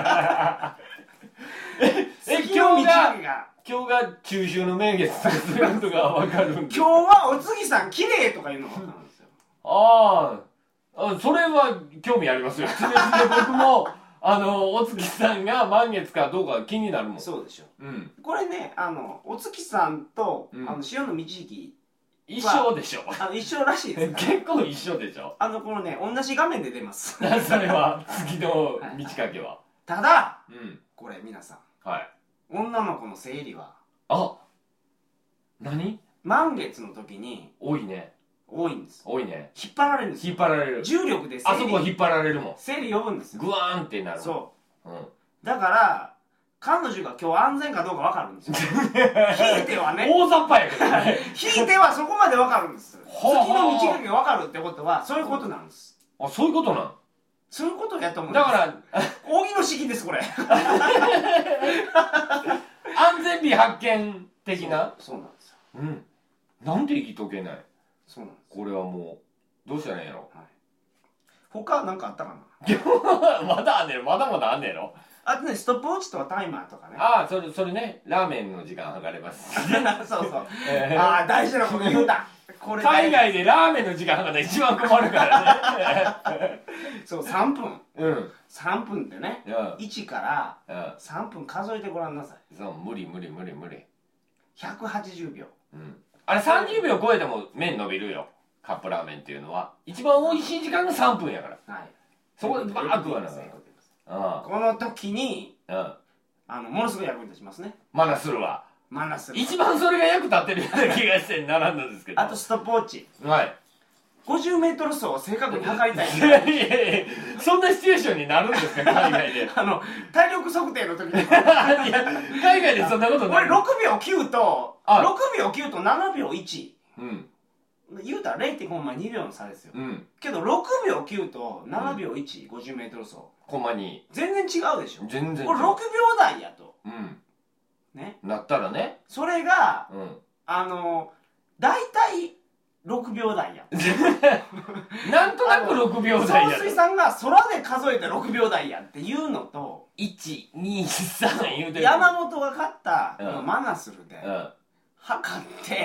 え今日が今日が中秋の名月することがわかるんです。 今日はお月さん綺麗とかいうのがわかるんですよ。 ああ、それは興味ありますよ。常々僕もあのお月さんが満月かどうか気になるもん。 そうでしょ。 うん。 これね、あのお月さんと、 うん、 あの潮の満ち引き一緒でしょ。 あの一緒らしいです。 結構一緒でしょ。 あのこのね同じ画面で出ます。 それは月の満ち欠けは。 ただ、 うん、 これ皆さん。 はい。 女の子の生理は。 あ。何？ 満月の時に。 多いね。 多いんです。 多いね。 引っ張られるんですよ。 引っ張られる。 重力であそこ引っ張られるもん。 生理呼ぶんですよ。 グワーンってなる。 そう。 うん。 だから彼女が今日安全かどうか分かるんですよ。引いてはね。 大雑把やけどね。 引いてはそこまで分かるんです。月の満ち欠けが分かるってことはそういうことなんです。 あ、そういうことなん？ そういうことやと思うんです。 だから扇の式ですこれ。 安全日発見的な。 そうなんですよ。 うん。なんで生きとけない？ そうなんです。 これはもうどうしたらいいんやろ。 はい。他なんかあったかな。まだあんねん。まだまだあんねんろ。 あとね、ストップウォッチとかタイマーとかね。 ああ、それそれね、ラーメンの時間計れます。 そうそう。えー、ああ、大事なこと言うた。 これ海外でラーメンの時間計るの一番困るからね。 そう、さんぷん。 うん。 さんぷんってね、うん、いちからさんぷん数えてごらんなさい。 そう、無理無理無理無理。 ひゃくはちじゅうびょう。 うん。あれさんじゅうびょう超えても麺伸びるよ。カップラーメンっていうのは。一番美味しい時間がさんぷんやから。はい。そこでバーッ食わなきゃ。 この時に、うん、あのものすごい役に立ちますね。 マナするわ。 マナする。 一番それが役立ってるような気がして並んだんですけど。 あとストップウォッチ。 はい。 ごじゅうメートル走を正確に測りたい。 いやいやいや、そんなシチュエーションになるんですか海外で。 あの体力測定の時に。いや海外でそんなことない。 これろくびょうきゅうとろくびょうきゅうとななびょういち。うん。言うたら れいてんご まあにびょうの差ですよ。うん。けどろくびょうきゅうとななびょういち、ごじゅうメートル走。 コンマに。 全然違うでしょ。 全然違う。 これろくびょう台やと。 うん。ね。なったらね。 それが、うん、あの大体ろくびょう台や。 なんとなくろくびょう台や。 総帥さんが空で数えてろくびょう台やっていうのと、 いち、に、さん言うてる。 山本が勝ったマナスルで、うん、測って、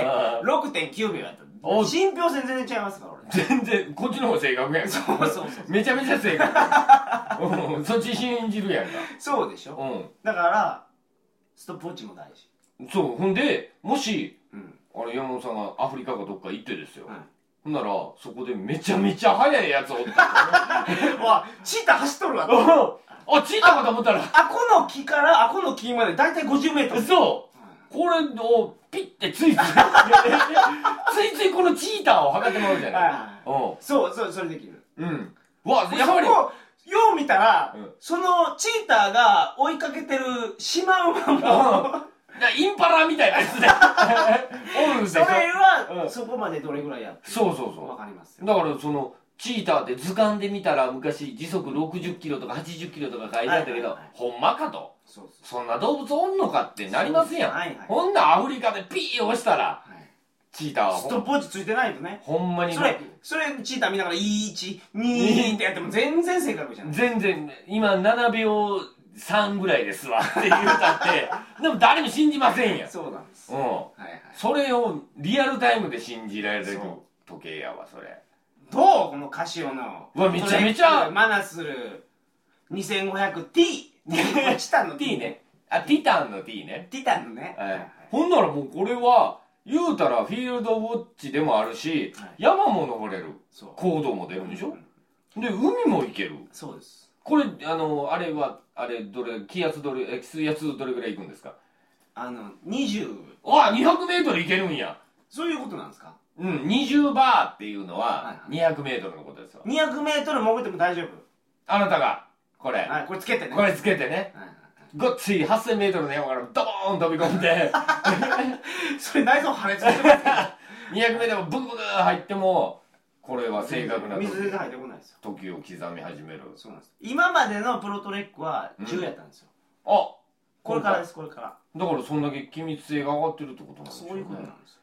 ろくてんきゅうびょうやった。信憑性全然違いますから俺。 全然こっちの方が正確やん。 そうそうそう。 めちゃめちゃ正確。うん、そっち信じるやんか。 そうでしょ。うん。だからストップウォッチも大事。 そう。ほんでもし、うん、あれ山本さんがアフリカかどっか行ってですよ。うん、ほんならそこでめちゃめちゃ速いやつおった。 わ、チーター走っとるわ。 あ、チーターかと思ったら。 あこの木からあこの木までだいたいごじゅうメートル。 そう。これをピッてついついついついこのチーターを測ってもらうじゃない。 そうそう、それできる。 うん。わ、やっぱりよう見たら、うん、そのチーターが追いかけてるシマウマもインパラみたいなやつでおるんですよ。 それは、うん、そこまでどれぐらいやってる。 そうそうそう。 わかりますよ。 だからそのチーターって図鑑で見たら昔時速ろくじゅっキロとかはちじゅっキロとか書いてあったけど、ほんまかと。そうそう、そんな動物おんのかってなりますやん。はいはい、ほんなアフリカでピー押したら、はい、チーターはストップウォッチついてないとね。 ほんまにそれそれチーター見ながらいち、にってやっても全然正確じゃない。 全然今ななびょうさんぐらいですわって言うたってでも誰も信じませんやん。 そうなんです。 うん、はいはい、それをリアルタイムで信じられる時計やわそれ。 どうこのカシオのうわめちゃめちゃマナスル にせんごひゃくティー チタンの T ね。あ、ティタンの T ね。 ティタンのね。 はい。ほんならもうこれは言うたらフィールドウォッチでもあるし、はい、山も登れる。高度も出るんでしょ、うん、で海も行ける。 そうです。 これあのあれはあれどれ気圧どれ水圧どれぐらい行くんですか？ あのにじゅう。 あ、にひゃくメートル行けるんや。 そういうことなんですか？ うん、にじゅうバーっていうのはにひゃくメートルのことですよ。 にひゃくメートル潜っても大丈夫。 あなたがこれ、 はい、これつけてね。 これつけてね。はい、ごっついはっせんメートルの山からドボーン飛び込んでそれ内臓破裂してますけどにひゃくメートルブクブク入ってもこれは正確な水全然入ってこないですよ。 時を刻み始める。 そうなんです。今までのプロトレックはじゅうやったんですよ、 うん、あこれからです。これからだからそんだけ機密性が上がってるってことなんですよね。 そういうことなんですよ。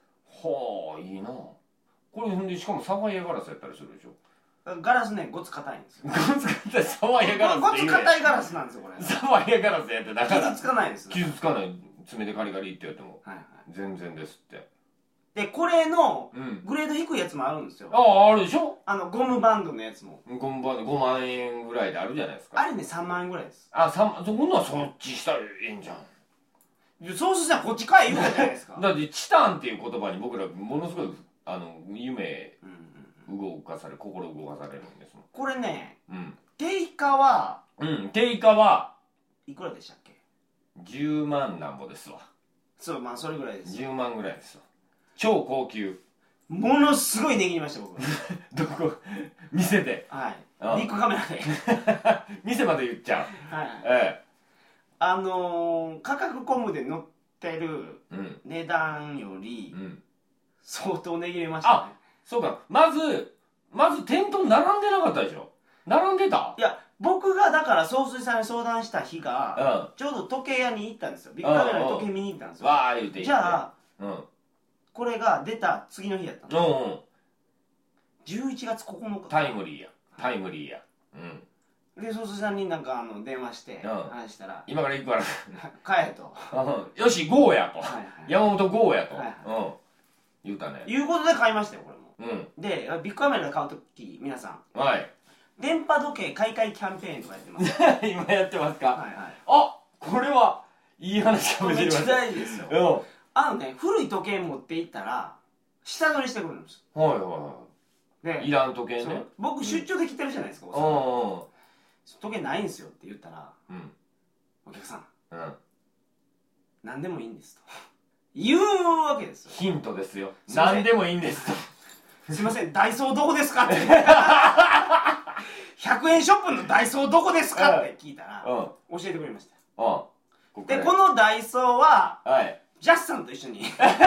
はあいいな。これほんでしかもサファイアガラスやったりするでしょ。 ガラスね、ごつ硬いんですよ。 ごつ硬いサファイアガラスごつ硬いガラスなんですよ、これ。 サファイアガラスやってだから傷つかないです。 傷つかない。爪でカリカリってやっても、 はいはい、 全然ですって。 で、これのグレード低いやつもあるんですよ。 ああ、あるでしょ。 あの、ゴムバンドのやつも。 ゴムバンドごまんえんぐらいであるじゃないですか。 あれね、さんまんえんぐらいです。 あ、さんまん、そんなそっちしたらええんじゃん。 そうしたらこっちかい言うじゃないですか。 だってチタンっていう言葉に僕らものすごいあの夢動かされ、心動かされるんですもん。 これね、 うん、 定価は、 うん、定価はいくらでしたっけ？ じゅうまんなんぼですわ。 そう、まあそれぐらいです。 じゅうまんぐらいですわ。超高級。 ものすごい値切りました僕。 どこ？店で。 はい。ビッグカメラで。 店まで言っちゃう。はい。ええ。 あのー、価格コムで載ってる値段より相当値切れましたね。あ、 そうか。まずまず店頭並んでなかったでしょ。並んでた？ いや、僕がだから総帥さんに相談した日が、うん、ちょうど時計屋に行ったんですよ。ビッグカメラに時計見に行ったんですよ。 わー言うて言って。 じゃあ、うん、これが出た次の日やったんですよ。うんうん、じゅういちがつここのか。 タイムリーや。タイムリーや。うん。で総帥さんになんかあの電話して話したら、 今から行くから帰れと、 よしゴーやと、山本ゴーやと言うたね。 いうことで買いましたよこれも。でビッグカメラで買うとき皆さん、電波時計買い替えキャンペーンとかやってます。 今やってますか。あ、これはいい話かもしれません。 めっちゃ大事ですよ。あのね、古い時計持っていったら下取りしてくるんです。はいはいはい。でいらん時計ね。僕出張で来てるじゃないですか。時計ないんですよって言ったら、うん、お客さん、うん、何でもいいんですと言うわけですよ。 ヒントですよ。何でもいいんですと。すいません、ダイソーどこですかってひゃくえんショップのダイソーどこですかって聞いたら、うん、教えてくれました。うん、でこのダイソーは、はい、ジャスさんと一緒に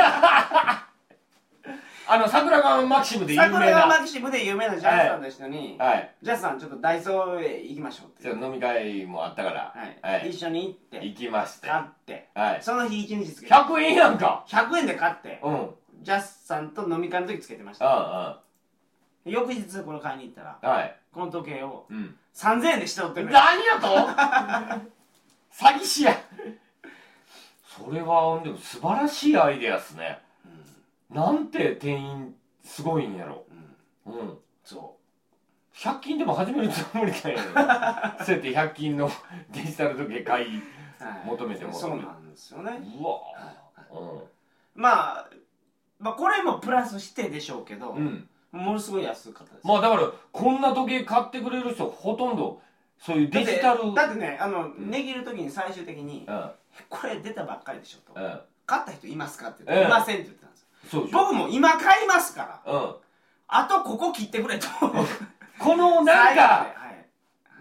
あの桜川マキシムで有名な桜川マキシムで有名なジャスさんと一緒に、はい、ジャスさんちょっとダイソーへ行きましょうって飲み会もあったから、 はいはい、一緒に行って行きまして買って、はい、その日一日つけてひゃくえんやんか。 ひゃくえんで買って、うん、ジャスさんと飲み会の時つけてました。ああ、翌日これ買いに行ったら、はい、この時計を、うん、さんぜんえんで下取ってくれ。 何やと詐欺師や。それはでも素晴らしいアイデアっすね。なんて店員すごいんやろ。うん、うん、そうひゃく均でも始めるつもりなんやろ。そうやってひゃく均のデジタル時計買い求めても、はい、 そうなんですよね。 うわ、 はい、うん、まあまあこれもプラスしてでしょうけど、うん、ものすごい安かったです。 まあだからこんな時計買ってくれる人ほとんどそういうデジタルだってね、あの値切る時に最終的に、うん、これ出たばっかりでしょと、うん、買った人いますかって言って、うん、いませんって言ってたんですよ。僕も今買いますから、うん、あとここ切ってくれとこのなんか、はい、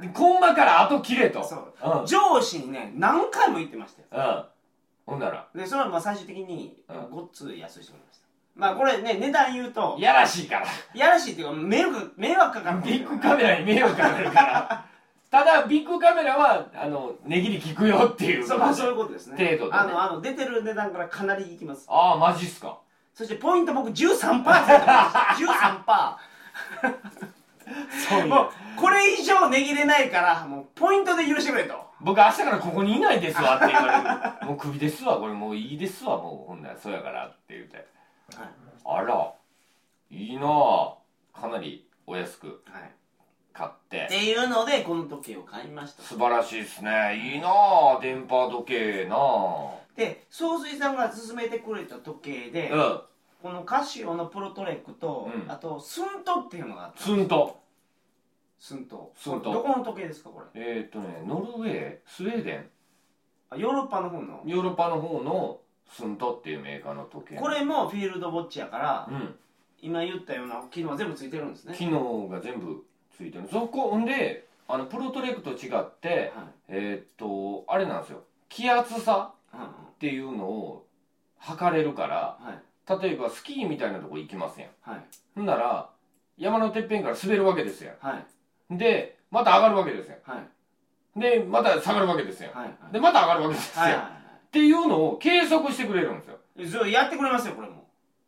コンマからあと切れと。そう、 うん、上司にね何回も言ってましたよ。 うん、ほんならでそれはまあ最終的にごっつ安いしてくれました。まあこれね値段言うとやらしいからやらしいっていうか迷惑迷惑かかる。 ビッグカメラに迷惑かかるからただビッグカメラはあの値切り効くよっていう、 そう、まあ、そういうことですね。 程度で、ね、 あのあの出てる値段からかなりいきます。 ああマジっすか。 そしてポイント僕 じゅうさんパーセント ついてました。じゅうさんパーセント そうもうこれ以上値切れないからもうポイントで許してくれと。 僕明日からここにいないですわって言われるもうクビですわこれもういいですわもうほんならそうやからって言うて、はい、あらいいなあ、かなりお安く買って、はい、 っていうのでこの時計を買いました。 素晴らしいですね。いいなあ電波時計なあ。 で総帥さんが勧めてくれた時計で、うん、このカシオのプロトレックと、うん、あとスントっていうのがあった。 スントスントスントどこの時計ですかこれ。 えー、っとねノルウェースウェーデンあヨーロッパの方のヨーロッパの方のスントっていうメーカーの時計。 これもフィールドウォッチやから、うん、今言ったような機能は全部ついてるんですね。 機能が全部ついてる。そこほんであのプロトレックと違って、はい、えー、っとあれなんですよ気圧差っていうのを測れるから、はい、例えばスキーみたいなとこ行きますやん、はい、ほんなら山のてっぺんから滑るわけですやん、はい、でまた上がるわけですやん、はい、でまた下がるわけですやん、はいはい、でまた上がるわけですやん、はいはいはい、っていうのを計測してくれるんですよ。 それやってくれますよこれも。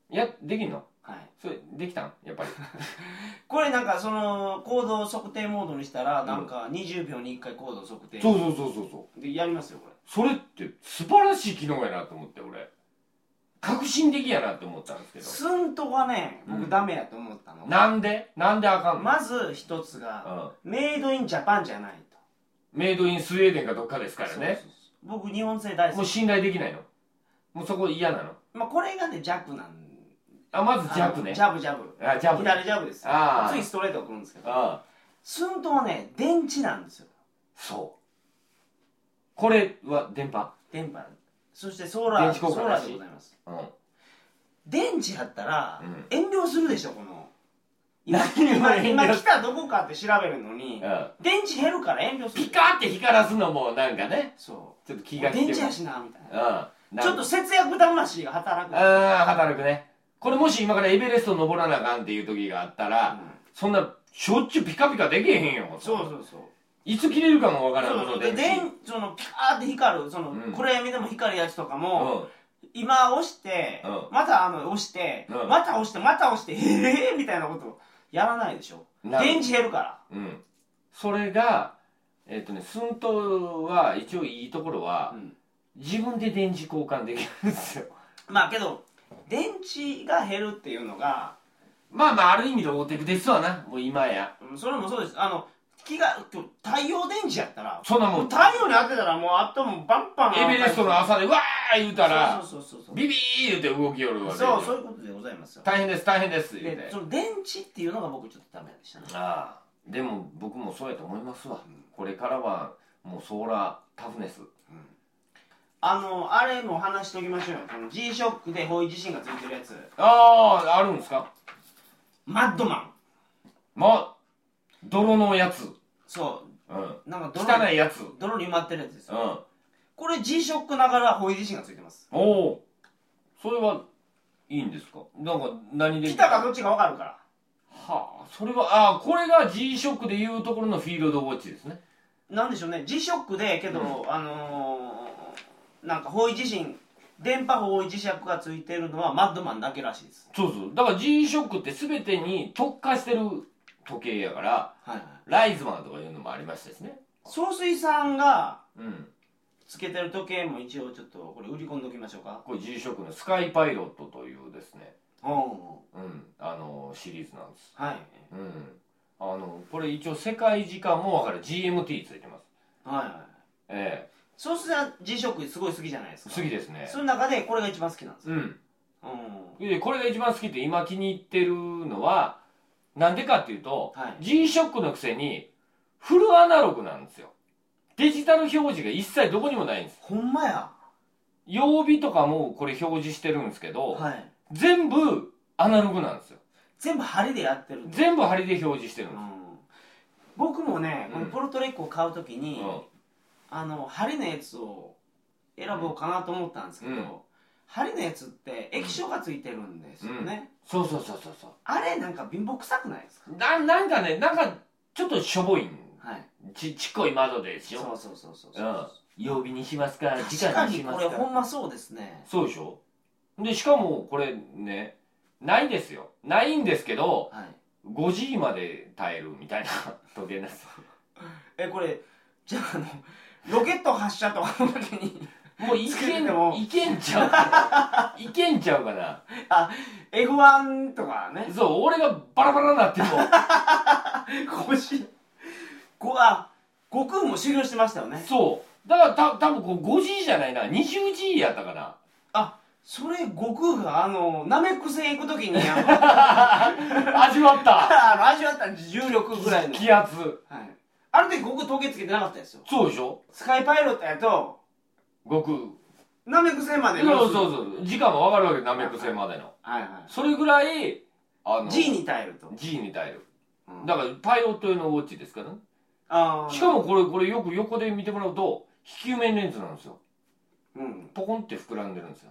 いやできんの？ はい。 それできたんやっぱりこれなんかその高度測定モードにしたらなんかにじゅうびょうにいっかい高度測定、 そうそうそうそうそうでやりますよこれ。 それって素晴らしい機能やなと思って、俺革新的やなって思ったんですけど。 スントがね僕、うん、ダメやと思ったの。 なんでなんであかんの？まず一つが、うん、メイドインジャパンじゃないと。 メイドインスウェーデンかどっかですからね。そうそうそう、 僕日本製大好き。 もう信頼できないの？もうそこ嫌なの？ まあこれがね弱なんで。 あ、まずジャブね。 ジャブジャブ。 あ、ジャブ。 左ジャブです。 あ、 次ストレート来るんですけど。スントはね、電池なんですよ。 そう。これは電波？ 電波。そしてソーラー、ソーラーでございます。うん、電池やったら、遠慮するでしょ、この。今、今来たどこかって調べるのに、うん、電池減るから遠慮する。 ピカーって光らすのもなんかね。 そう。 ちょっと気が利いてる。電池やしな、みたいな。うん、ちょっと節約魂が働く。 ああ、働くね。これもし今からエベレスト登らなあかんっていう時があったら、うん、そんなしょっちゅうピカピカできへんよ。 そうそうそう。 いつ切れるかもわからんので、電そのピカーって光るその、うん、暗闇でも光るやつとかも、うん、今押して、うん、またあの押して、うん、また押してまた押してへえみたいなことやらないでしょ。電池減るから。 うん。それがえっ、ー、とねスントは一応いいところは、うん、自分で電池交換できるんですよ。 まあけど。電池が減るっていうのがまあまあある意味ローテクですわな、もう今や。 それもそうです。あの気が太陽電池やったらそんなもん太陽に当てたらもうあともバンバンエベレストの朝でわー言うたらビビー言うて動きよるわけ。 そうそういうことでございますよ。 大変です大変です言うて。 その電池っていうのが僕ちょっとダメでしたね。 ああでも僕もそうやと思いますわ、うん、これからはもうソーラータフネス、うん、 あの、あれも話しておきましょうよ。この G ショックで方位地震がついてるやつ。 ああ、あるんですか？ マッドマン。 ま、泥のやつ。 そう。うん。なんか泥汚いやつ。 泥に埋まってるやつですよ。うん。これ G ショックながら方位地震がついてます。 おお。それはいいんですか？なんか何で？ 来たかどっちかわかるから。 はあ、それは、ああ、これが G ショックでいうところのフィールドウォッチですね。 なんでしょうね。G ショックで、けど、うん、あのー、なんか方位地震電波方位磁石がついてるのはマッドマンだけらしいです。 そうそうだから G ショックって全てに特化してる時計やから、はいはい、ライズマンとかいうのもありましたですね。 総帥さんがつけてる時計も一応ちょっとこれ売り込んでおきましょうか。 これ G ショックのスカイパイロットというですね、うん、あのシリーズなんです。はい、うん、あのこれ一応世界時間も分かる ジーエムティー ついてます。はいはい。 ええそうすると G ショックすごい好きじゃないですか。 好きですね。 その中でこれが一番好きなんです。うん。 うん、でこれが一番好きって今気に入ってるのはなんでかっていうと、はい、G ショックのくせにフルアナログなんですよ。デジタル表示が一切どこにもないんです。 ほんまや。 曜日とかもこれ表示してるんですけど、はい、全部アナログなんですよ。 全部針でやってる。 全部針で表示してるんです。うん、 僕もね、このポルトレックを買うときに、うん、あの針のやつを選ぼうかなと思ったんですけど、うん、針のやつって液晶がついてるんですよね、 うん、そうそうそうそうそう。 あれなんか貧乏くさくないですか？ ななんかね、なんかちょっとしょぼいん、はい、ちちっこい窓ですよ。 そうそうそうそうそう、うん、 曜日にしますか時間にしますか。確かにこれほんまそうですね。 そうでしょ。でしかもこれねないですよ、ないんですけど、はい、ごジーまで耐えるみたいな時計なんですえこれじゃああのロケット発射とかの時にもういけんいけんちゃうかないけんちゃうかなあ エフワン とかね。 そう俺がバラバラになっても腰こあ悟空も修行してましたよね。 そうだからた多分こう ごジー じゃないな にじゅうジー やったかな。 あそれ悟空があのナメック星行く時にあの味わったあの味わった重力ぐらいの気圧、はい、 ある時悟空時計つけてなかったですよ。 そうでしょ。 スカイパイロットやと悟空ナメック星までそうそうそう時間も分かるわけ。ナメック星までの、はいはい、それぐらいあの G に耐えると G に耐える、うん、だからパイロット用のウォッチですからね。あしかもこれこれよく横で見てもらうと非球面レンズなんですよ、うん、ポコンって膨らんでるんですよ。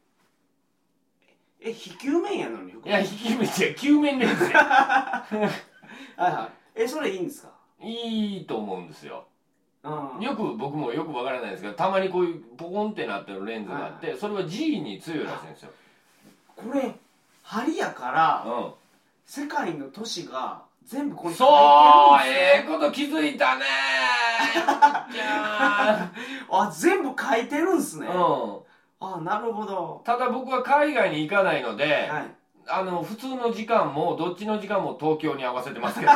え非球面やのにいや非球面じゃ球面レンズやはいはいえそれいいんですか？ いいと思うんですよ。よく僕もよくわからないですけどたまにこういうポコンってなってるレンズがあって、はい、それは G に強いらしいんですよ。 これ針やから、 うん、 世界の都市が全部これそうええー、こと気づいたねーじゃあ全部書いてるんすね。 うん、 あなるほど。 ただ僕は海外に行かないので、 はい、 あの普通の時間もどっちの時間も東京に合わせてますけどい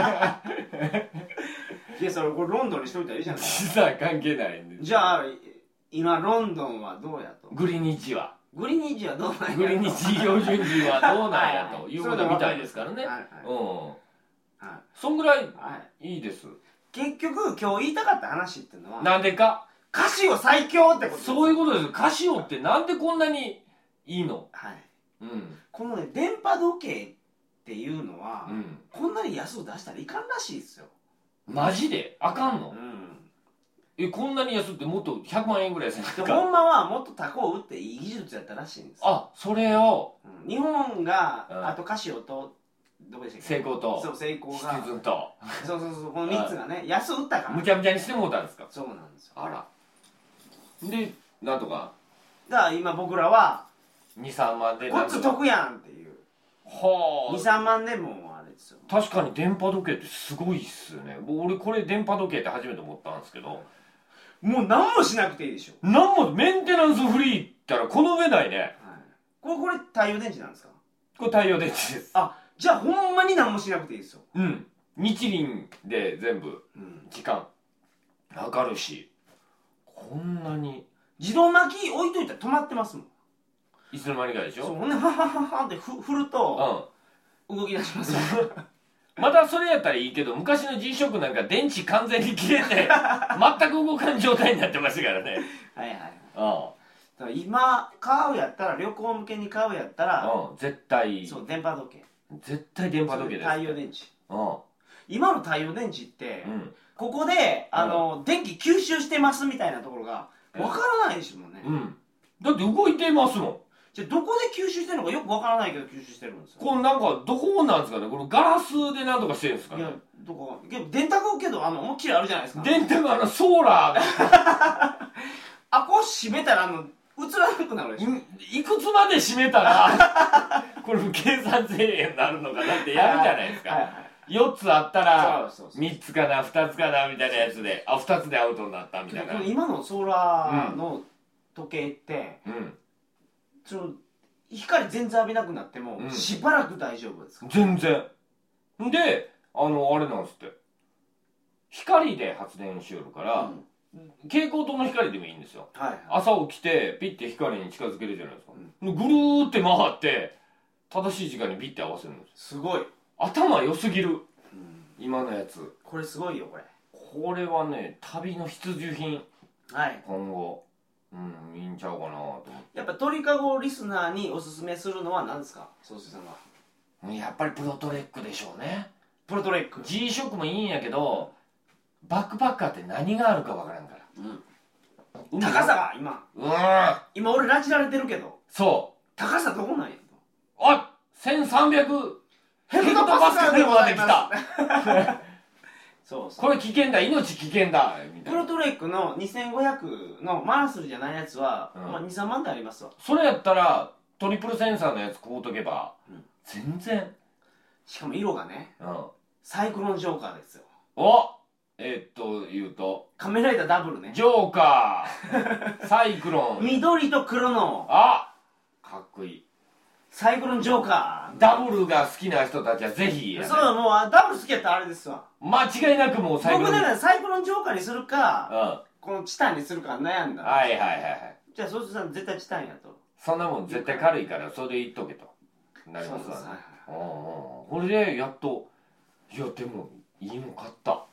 やそれこれロンドンにしといたらいいじゃないですか。 実は関係ないんです。 じゃあ今ロンドンはどうやと。 グリニッジはグリニッジはどうなんやと。 グリニッジ標準時はどうなんやということみたいですからね。うん、はい、そんぐらいいいです。 結局今日言いたかった話っていうのはなんでかカシオ最強ってことです。 そういうことです。カシオってなんでこんなにいいの。 はい、 うん、このね電波時計っていうのは、 うん、 こんなに安く出したらいかんらしいですよ。 マジであかんの、うん、えこんなに安ってもっとひゃくまんえんぐらいせんか。 ほんまはもっと高を打っていい技術やったらしいんです。 あそれを、 うん、日本が、うん、あとカシオとどこでしたっけ。 セイコーとそうセイコーがシチズンとそうそうそうこのみっつがね安売ったからむちゃむちゃにしてもうたんですか。 そうなんですよ。 あらでなんとかだから今僕らはにさんまんでこっち得やんっていうはあにさんまんでもあれですよ。 確かに電波時計ってすごいっすよね。俺これ電波時計って初めて思ったんですけどもう何もしなくていいでしょ。 何もメンテナンスフリーったらこの上ないね、はい、 これこれ太陽電池なんですか。 これ太陽電池です。 あじゃあほんまに何もしなくていいですよ。 うん日輪で全部時間測るし、こんなに自動巻き置いといたら止まってますもん。 いつの間にかでしょ。 そうほんでハハハハってふ振ると、うん、動き出しますまたそれやったらいいけど昔の G ショックなんか電池完全に切れて全く動かん状態になってましたからねはいはい、 ああだから今買うやったら旅行向けに買うやったら、 うん、絶対そう電波時計絶対電波時計です。 太陽電池、 うん、 今の太陽電池って、うん、ここであの、うん、電気吸収してますみたいなところがわからないですもんね、うん、 だって動いてますもん。 じゃあどこで吸収してるのかよくわからないけど吸収してるんですよ。 これなんかどこなんですかね。このガラスでなんとかしてるんですかね。 いやどこか電卓けどあの思いっきりあるじゃないですか。 電卓あのソーラーあこう閉めたらあの映らなくなるでしょ。 いくつまで閉めたらこれ計算せえへんになるのかなってやるじゃないですか。はいはいはい、よっつあったらみっつかなふたつかなみたいなやつであふたつでアウトになったみたいな。 今のソーラーの時計って、うん、その光全然浴びなくなっても、うん、しばらく大丈夫ですか。 全然であのあれなんですって光で発電しよるから、うん、蛍光灯の光でもいいんですよ、はいはい、朝起きてピッて光に近づけるじゃないですか、うん、ぐるーって回って正しい時間にピッて合わせるんです。 すごい頭良すぎる、うん、今のやつこれすごいよこれ。 これはね旅の必需品、 はい、 今後うんいいんちゃうかなと思って。 やっぱ鳥かごリスナーにおすすめするのは何ですか総帥さんは。 やっぱりプロトレックでしょうね。 プロトレック G ショックもいいんやけどバックパッカーって何があるかわからんから、 うん、高さが今うん今俺拉致られてるけどそう高さどこなんやとあせんさんびゃくヘクトパスカルでもまで来たそうそうこれ危険だ命危険だみたいな。 プロトレックのにせんごひゃくのマンスルじゃないやつは、うんまあ、にさんまんでありますわ。 それやったらトリプルセンサーのやつ買うとけば、うん、全然しかも色がね、うん、サイクロンジョーカーですよ。 おえー、っと言うと仮面ライダーダブルねジョーカーサイクロン緑と黒のあかっこいいサイクロンジョーカー。ダブルが好きな人たちはぜひ、 ね、そうもうダブル好きやったらあれですわ。 間違いなくもうサイクロン僕ねサイクロンジョーカーにするか、うん、このチタンにするか悩んだ。 はいはいはいはいじゃあそうすると絶対チタンやと。 そんなもん絶対軽いからそれで言っとけとなりますわね。これでやっといやでもいいの買った、はい、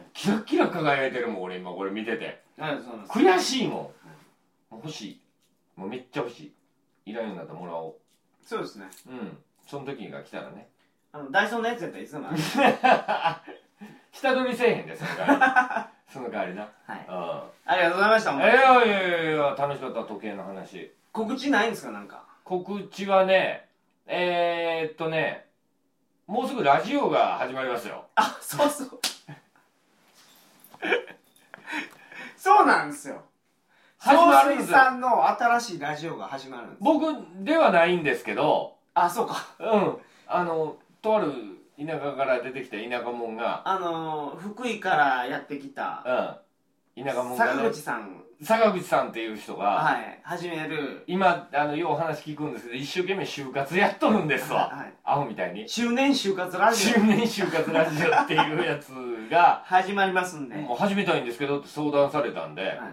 キラキラ輝いてるもん俺今これ見てて、はい、そうなんです。悔しいもん、はい、欲しいもうめっちゃ欲しい。いらんようになったらもらおう。そうですねうんその時が来たらねあのダイソーのやつやったらいつでもある下取りせえへんでその代わりその代わりなはい、うん、 ありがとうございました。 いやいやいやいや楽しかった時計の話。 告知ないんですかなんか。 告知はねえー、っとねもうすぐラジオが始まりますよ。 あそうそうそうなんですよ。始まるんですよ。総帥さんの新しいラジオが始まるんです。 僕ではないんですけどあ、そうか。 うんあのとある田舎から出てきた田舎者があのー、福井からやってきた、 うん、田舎者が、ね、 坂口さん坂口さんっていう人が、 はい、始める今あのよう話聞くんですけど一生懸命就活やっとるんですわ、はいはい、アホみたいに周年就活ラジオ周年就活ラジオっていうやつが始まりますんでもう始めたいんですけどって相談されたんで、はいはい、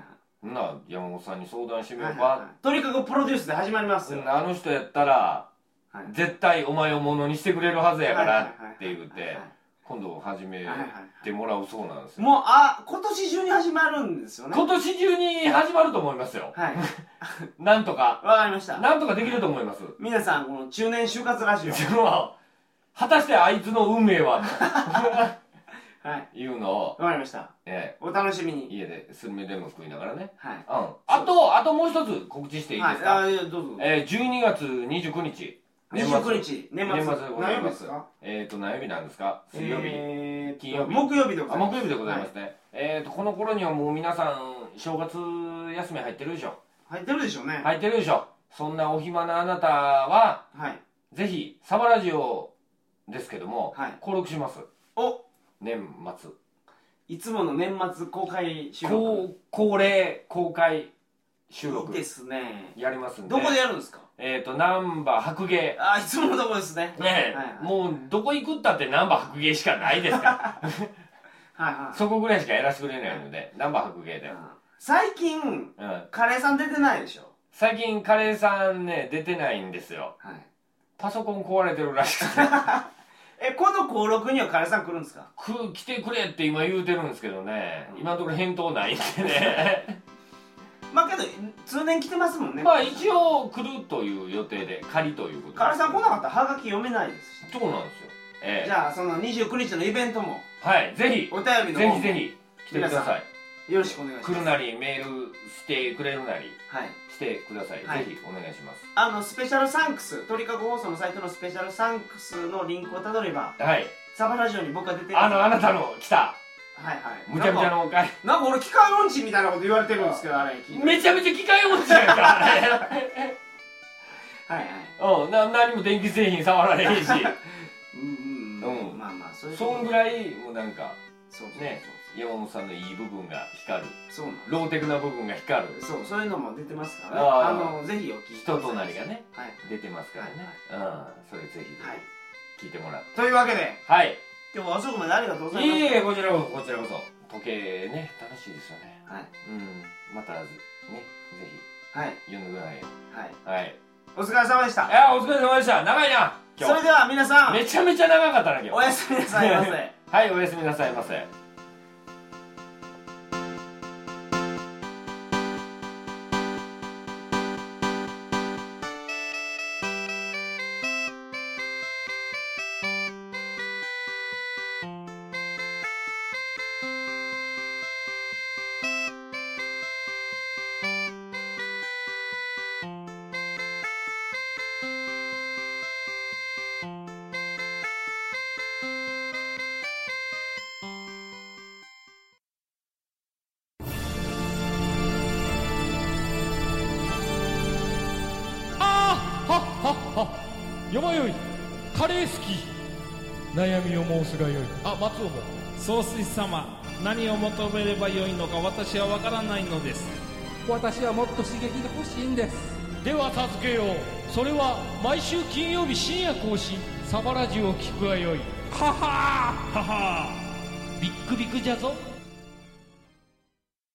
な山本さんに相談してみようか、はいはいはい、 とにかくプロデュースで始まりますよ、 あの人やったら、はい、絶対お前をものにしてくれるはずやからって言って今度始めてもらうそうなんですよ。 もうあ今年中に始まるんですよね。 今年中に始まると思いますよ。はい。なんとか。 わかりました。 なんとかできると思います。 皆さんこの中年就活ラジオ。 果たしてあいつの運命ははい。いうのを。 わかりました。ええ。お楽しみに。 家でスルメでも食いながらね。 はい。うん。 あとあともう一つ告知していいですか。 はい。あどうぞ。 えじゅうにがつにじゅうくにち。 にじゅうくにち年末年末でございます。えっと何曜日なんですか。水曜日、金曜日、 木曜日でございます。 木曜日でございますね。えっとこの頃にはもう皆さん正月休み入ってるでしょ。 入ってるでしょうね。 入ってるでしょ。そんなお暇なあなたは、はい、ぜひサバラジオですけども、はい、登録します。お、年末。 いつもの年末公開収録。恒例公開収録。 いいですね。 やりますんで。 どこでやるんですか。 えっと難波白芸。 あ、いつものとこですね。 ねえ、はいはい、もうどこ行くったって難波白芸しかないですから。はいはい。そこぐらいしかやらせてくれないので、難波白芸で。 最近、うん、カレーさん出てないでしょ。 最近カレーさんね出てないんですよ。はい。パソコン壊れてるらしくて。 え、この登録にはカレーさん来るんですか。 く来てくれって今言うてるんですけどね、うん、今のところ返答ないんでね。 まあけど通年来てますもんね。 まあ一応来るという予定で仮ということで。 カレーさん来なかったらハガキ読めないですし。 そうなんですよ。ええ、じゃあそのにじゅうくにちのイベントもはいぜひお便りのぜひぜひ来てください。よろしくお願いします。 来るなりメールしてくれるなり、はい、してください、はい、ぜひお願いします。 あのスペシャルサンクス鳥かご放送のサイトのスペシャルサンクスのリンクをたどれば、はい、サバラジオに僕が出てるあのあなたの来たはいはいむちゃむちゃのおかいなんか俺機械音痴みたいなこと言われてるんですけどあれめちゃめちゃ機械音痴やんかあれはいはいうんな何も電気製品触られへんしうんうんうんまあまあそれそんぐらいもうなんかそうね山本さんのいい部分が光るそうなんローテクな部分が光るそうそういうのも出てますからねあのぜひお聞き人となりがね出てますからねうんそれぜひ聞いてもらってというわけではい今日は遅くまでありがとうございます。いえいえこちらこそこちらこそ時計ね楽しいですよね。はい。うんまたねぜひはい呼んでくださいよ。はいはい。お疲れ様でした。いやお疲れ様でした。長いな。それでは皆さんめちゃめちゃ長かったな今日。おやすみなさいませ。はいおやすみなさいませ。よまよいカレー好き悩みを申すがよい。あ松尾も総帥様何を求めればよいのか私は分からないのです。私はもっと刺激が欲しいんです。では助けよう。それは毎週金曜日深夜更新サバラジュを聞くがよい。ははーははービックビックじゃぞ。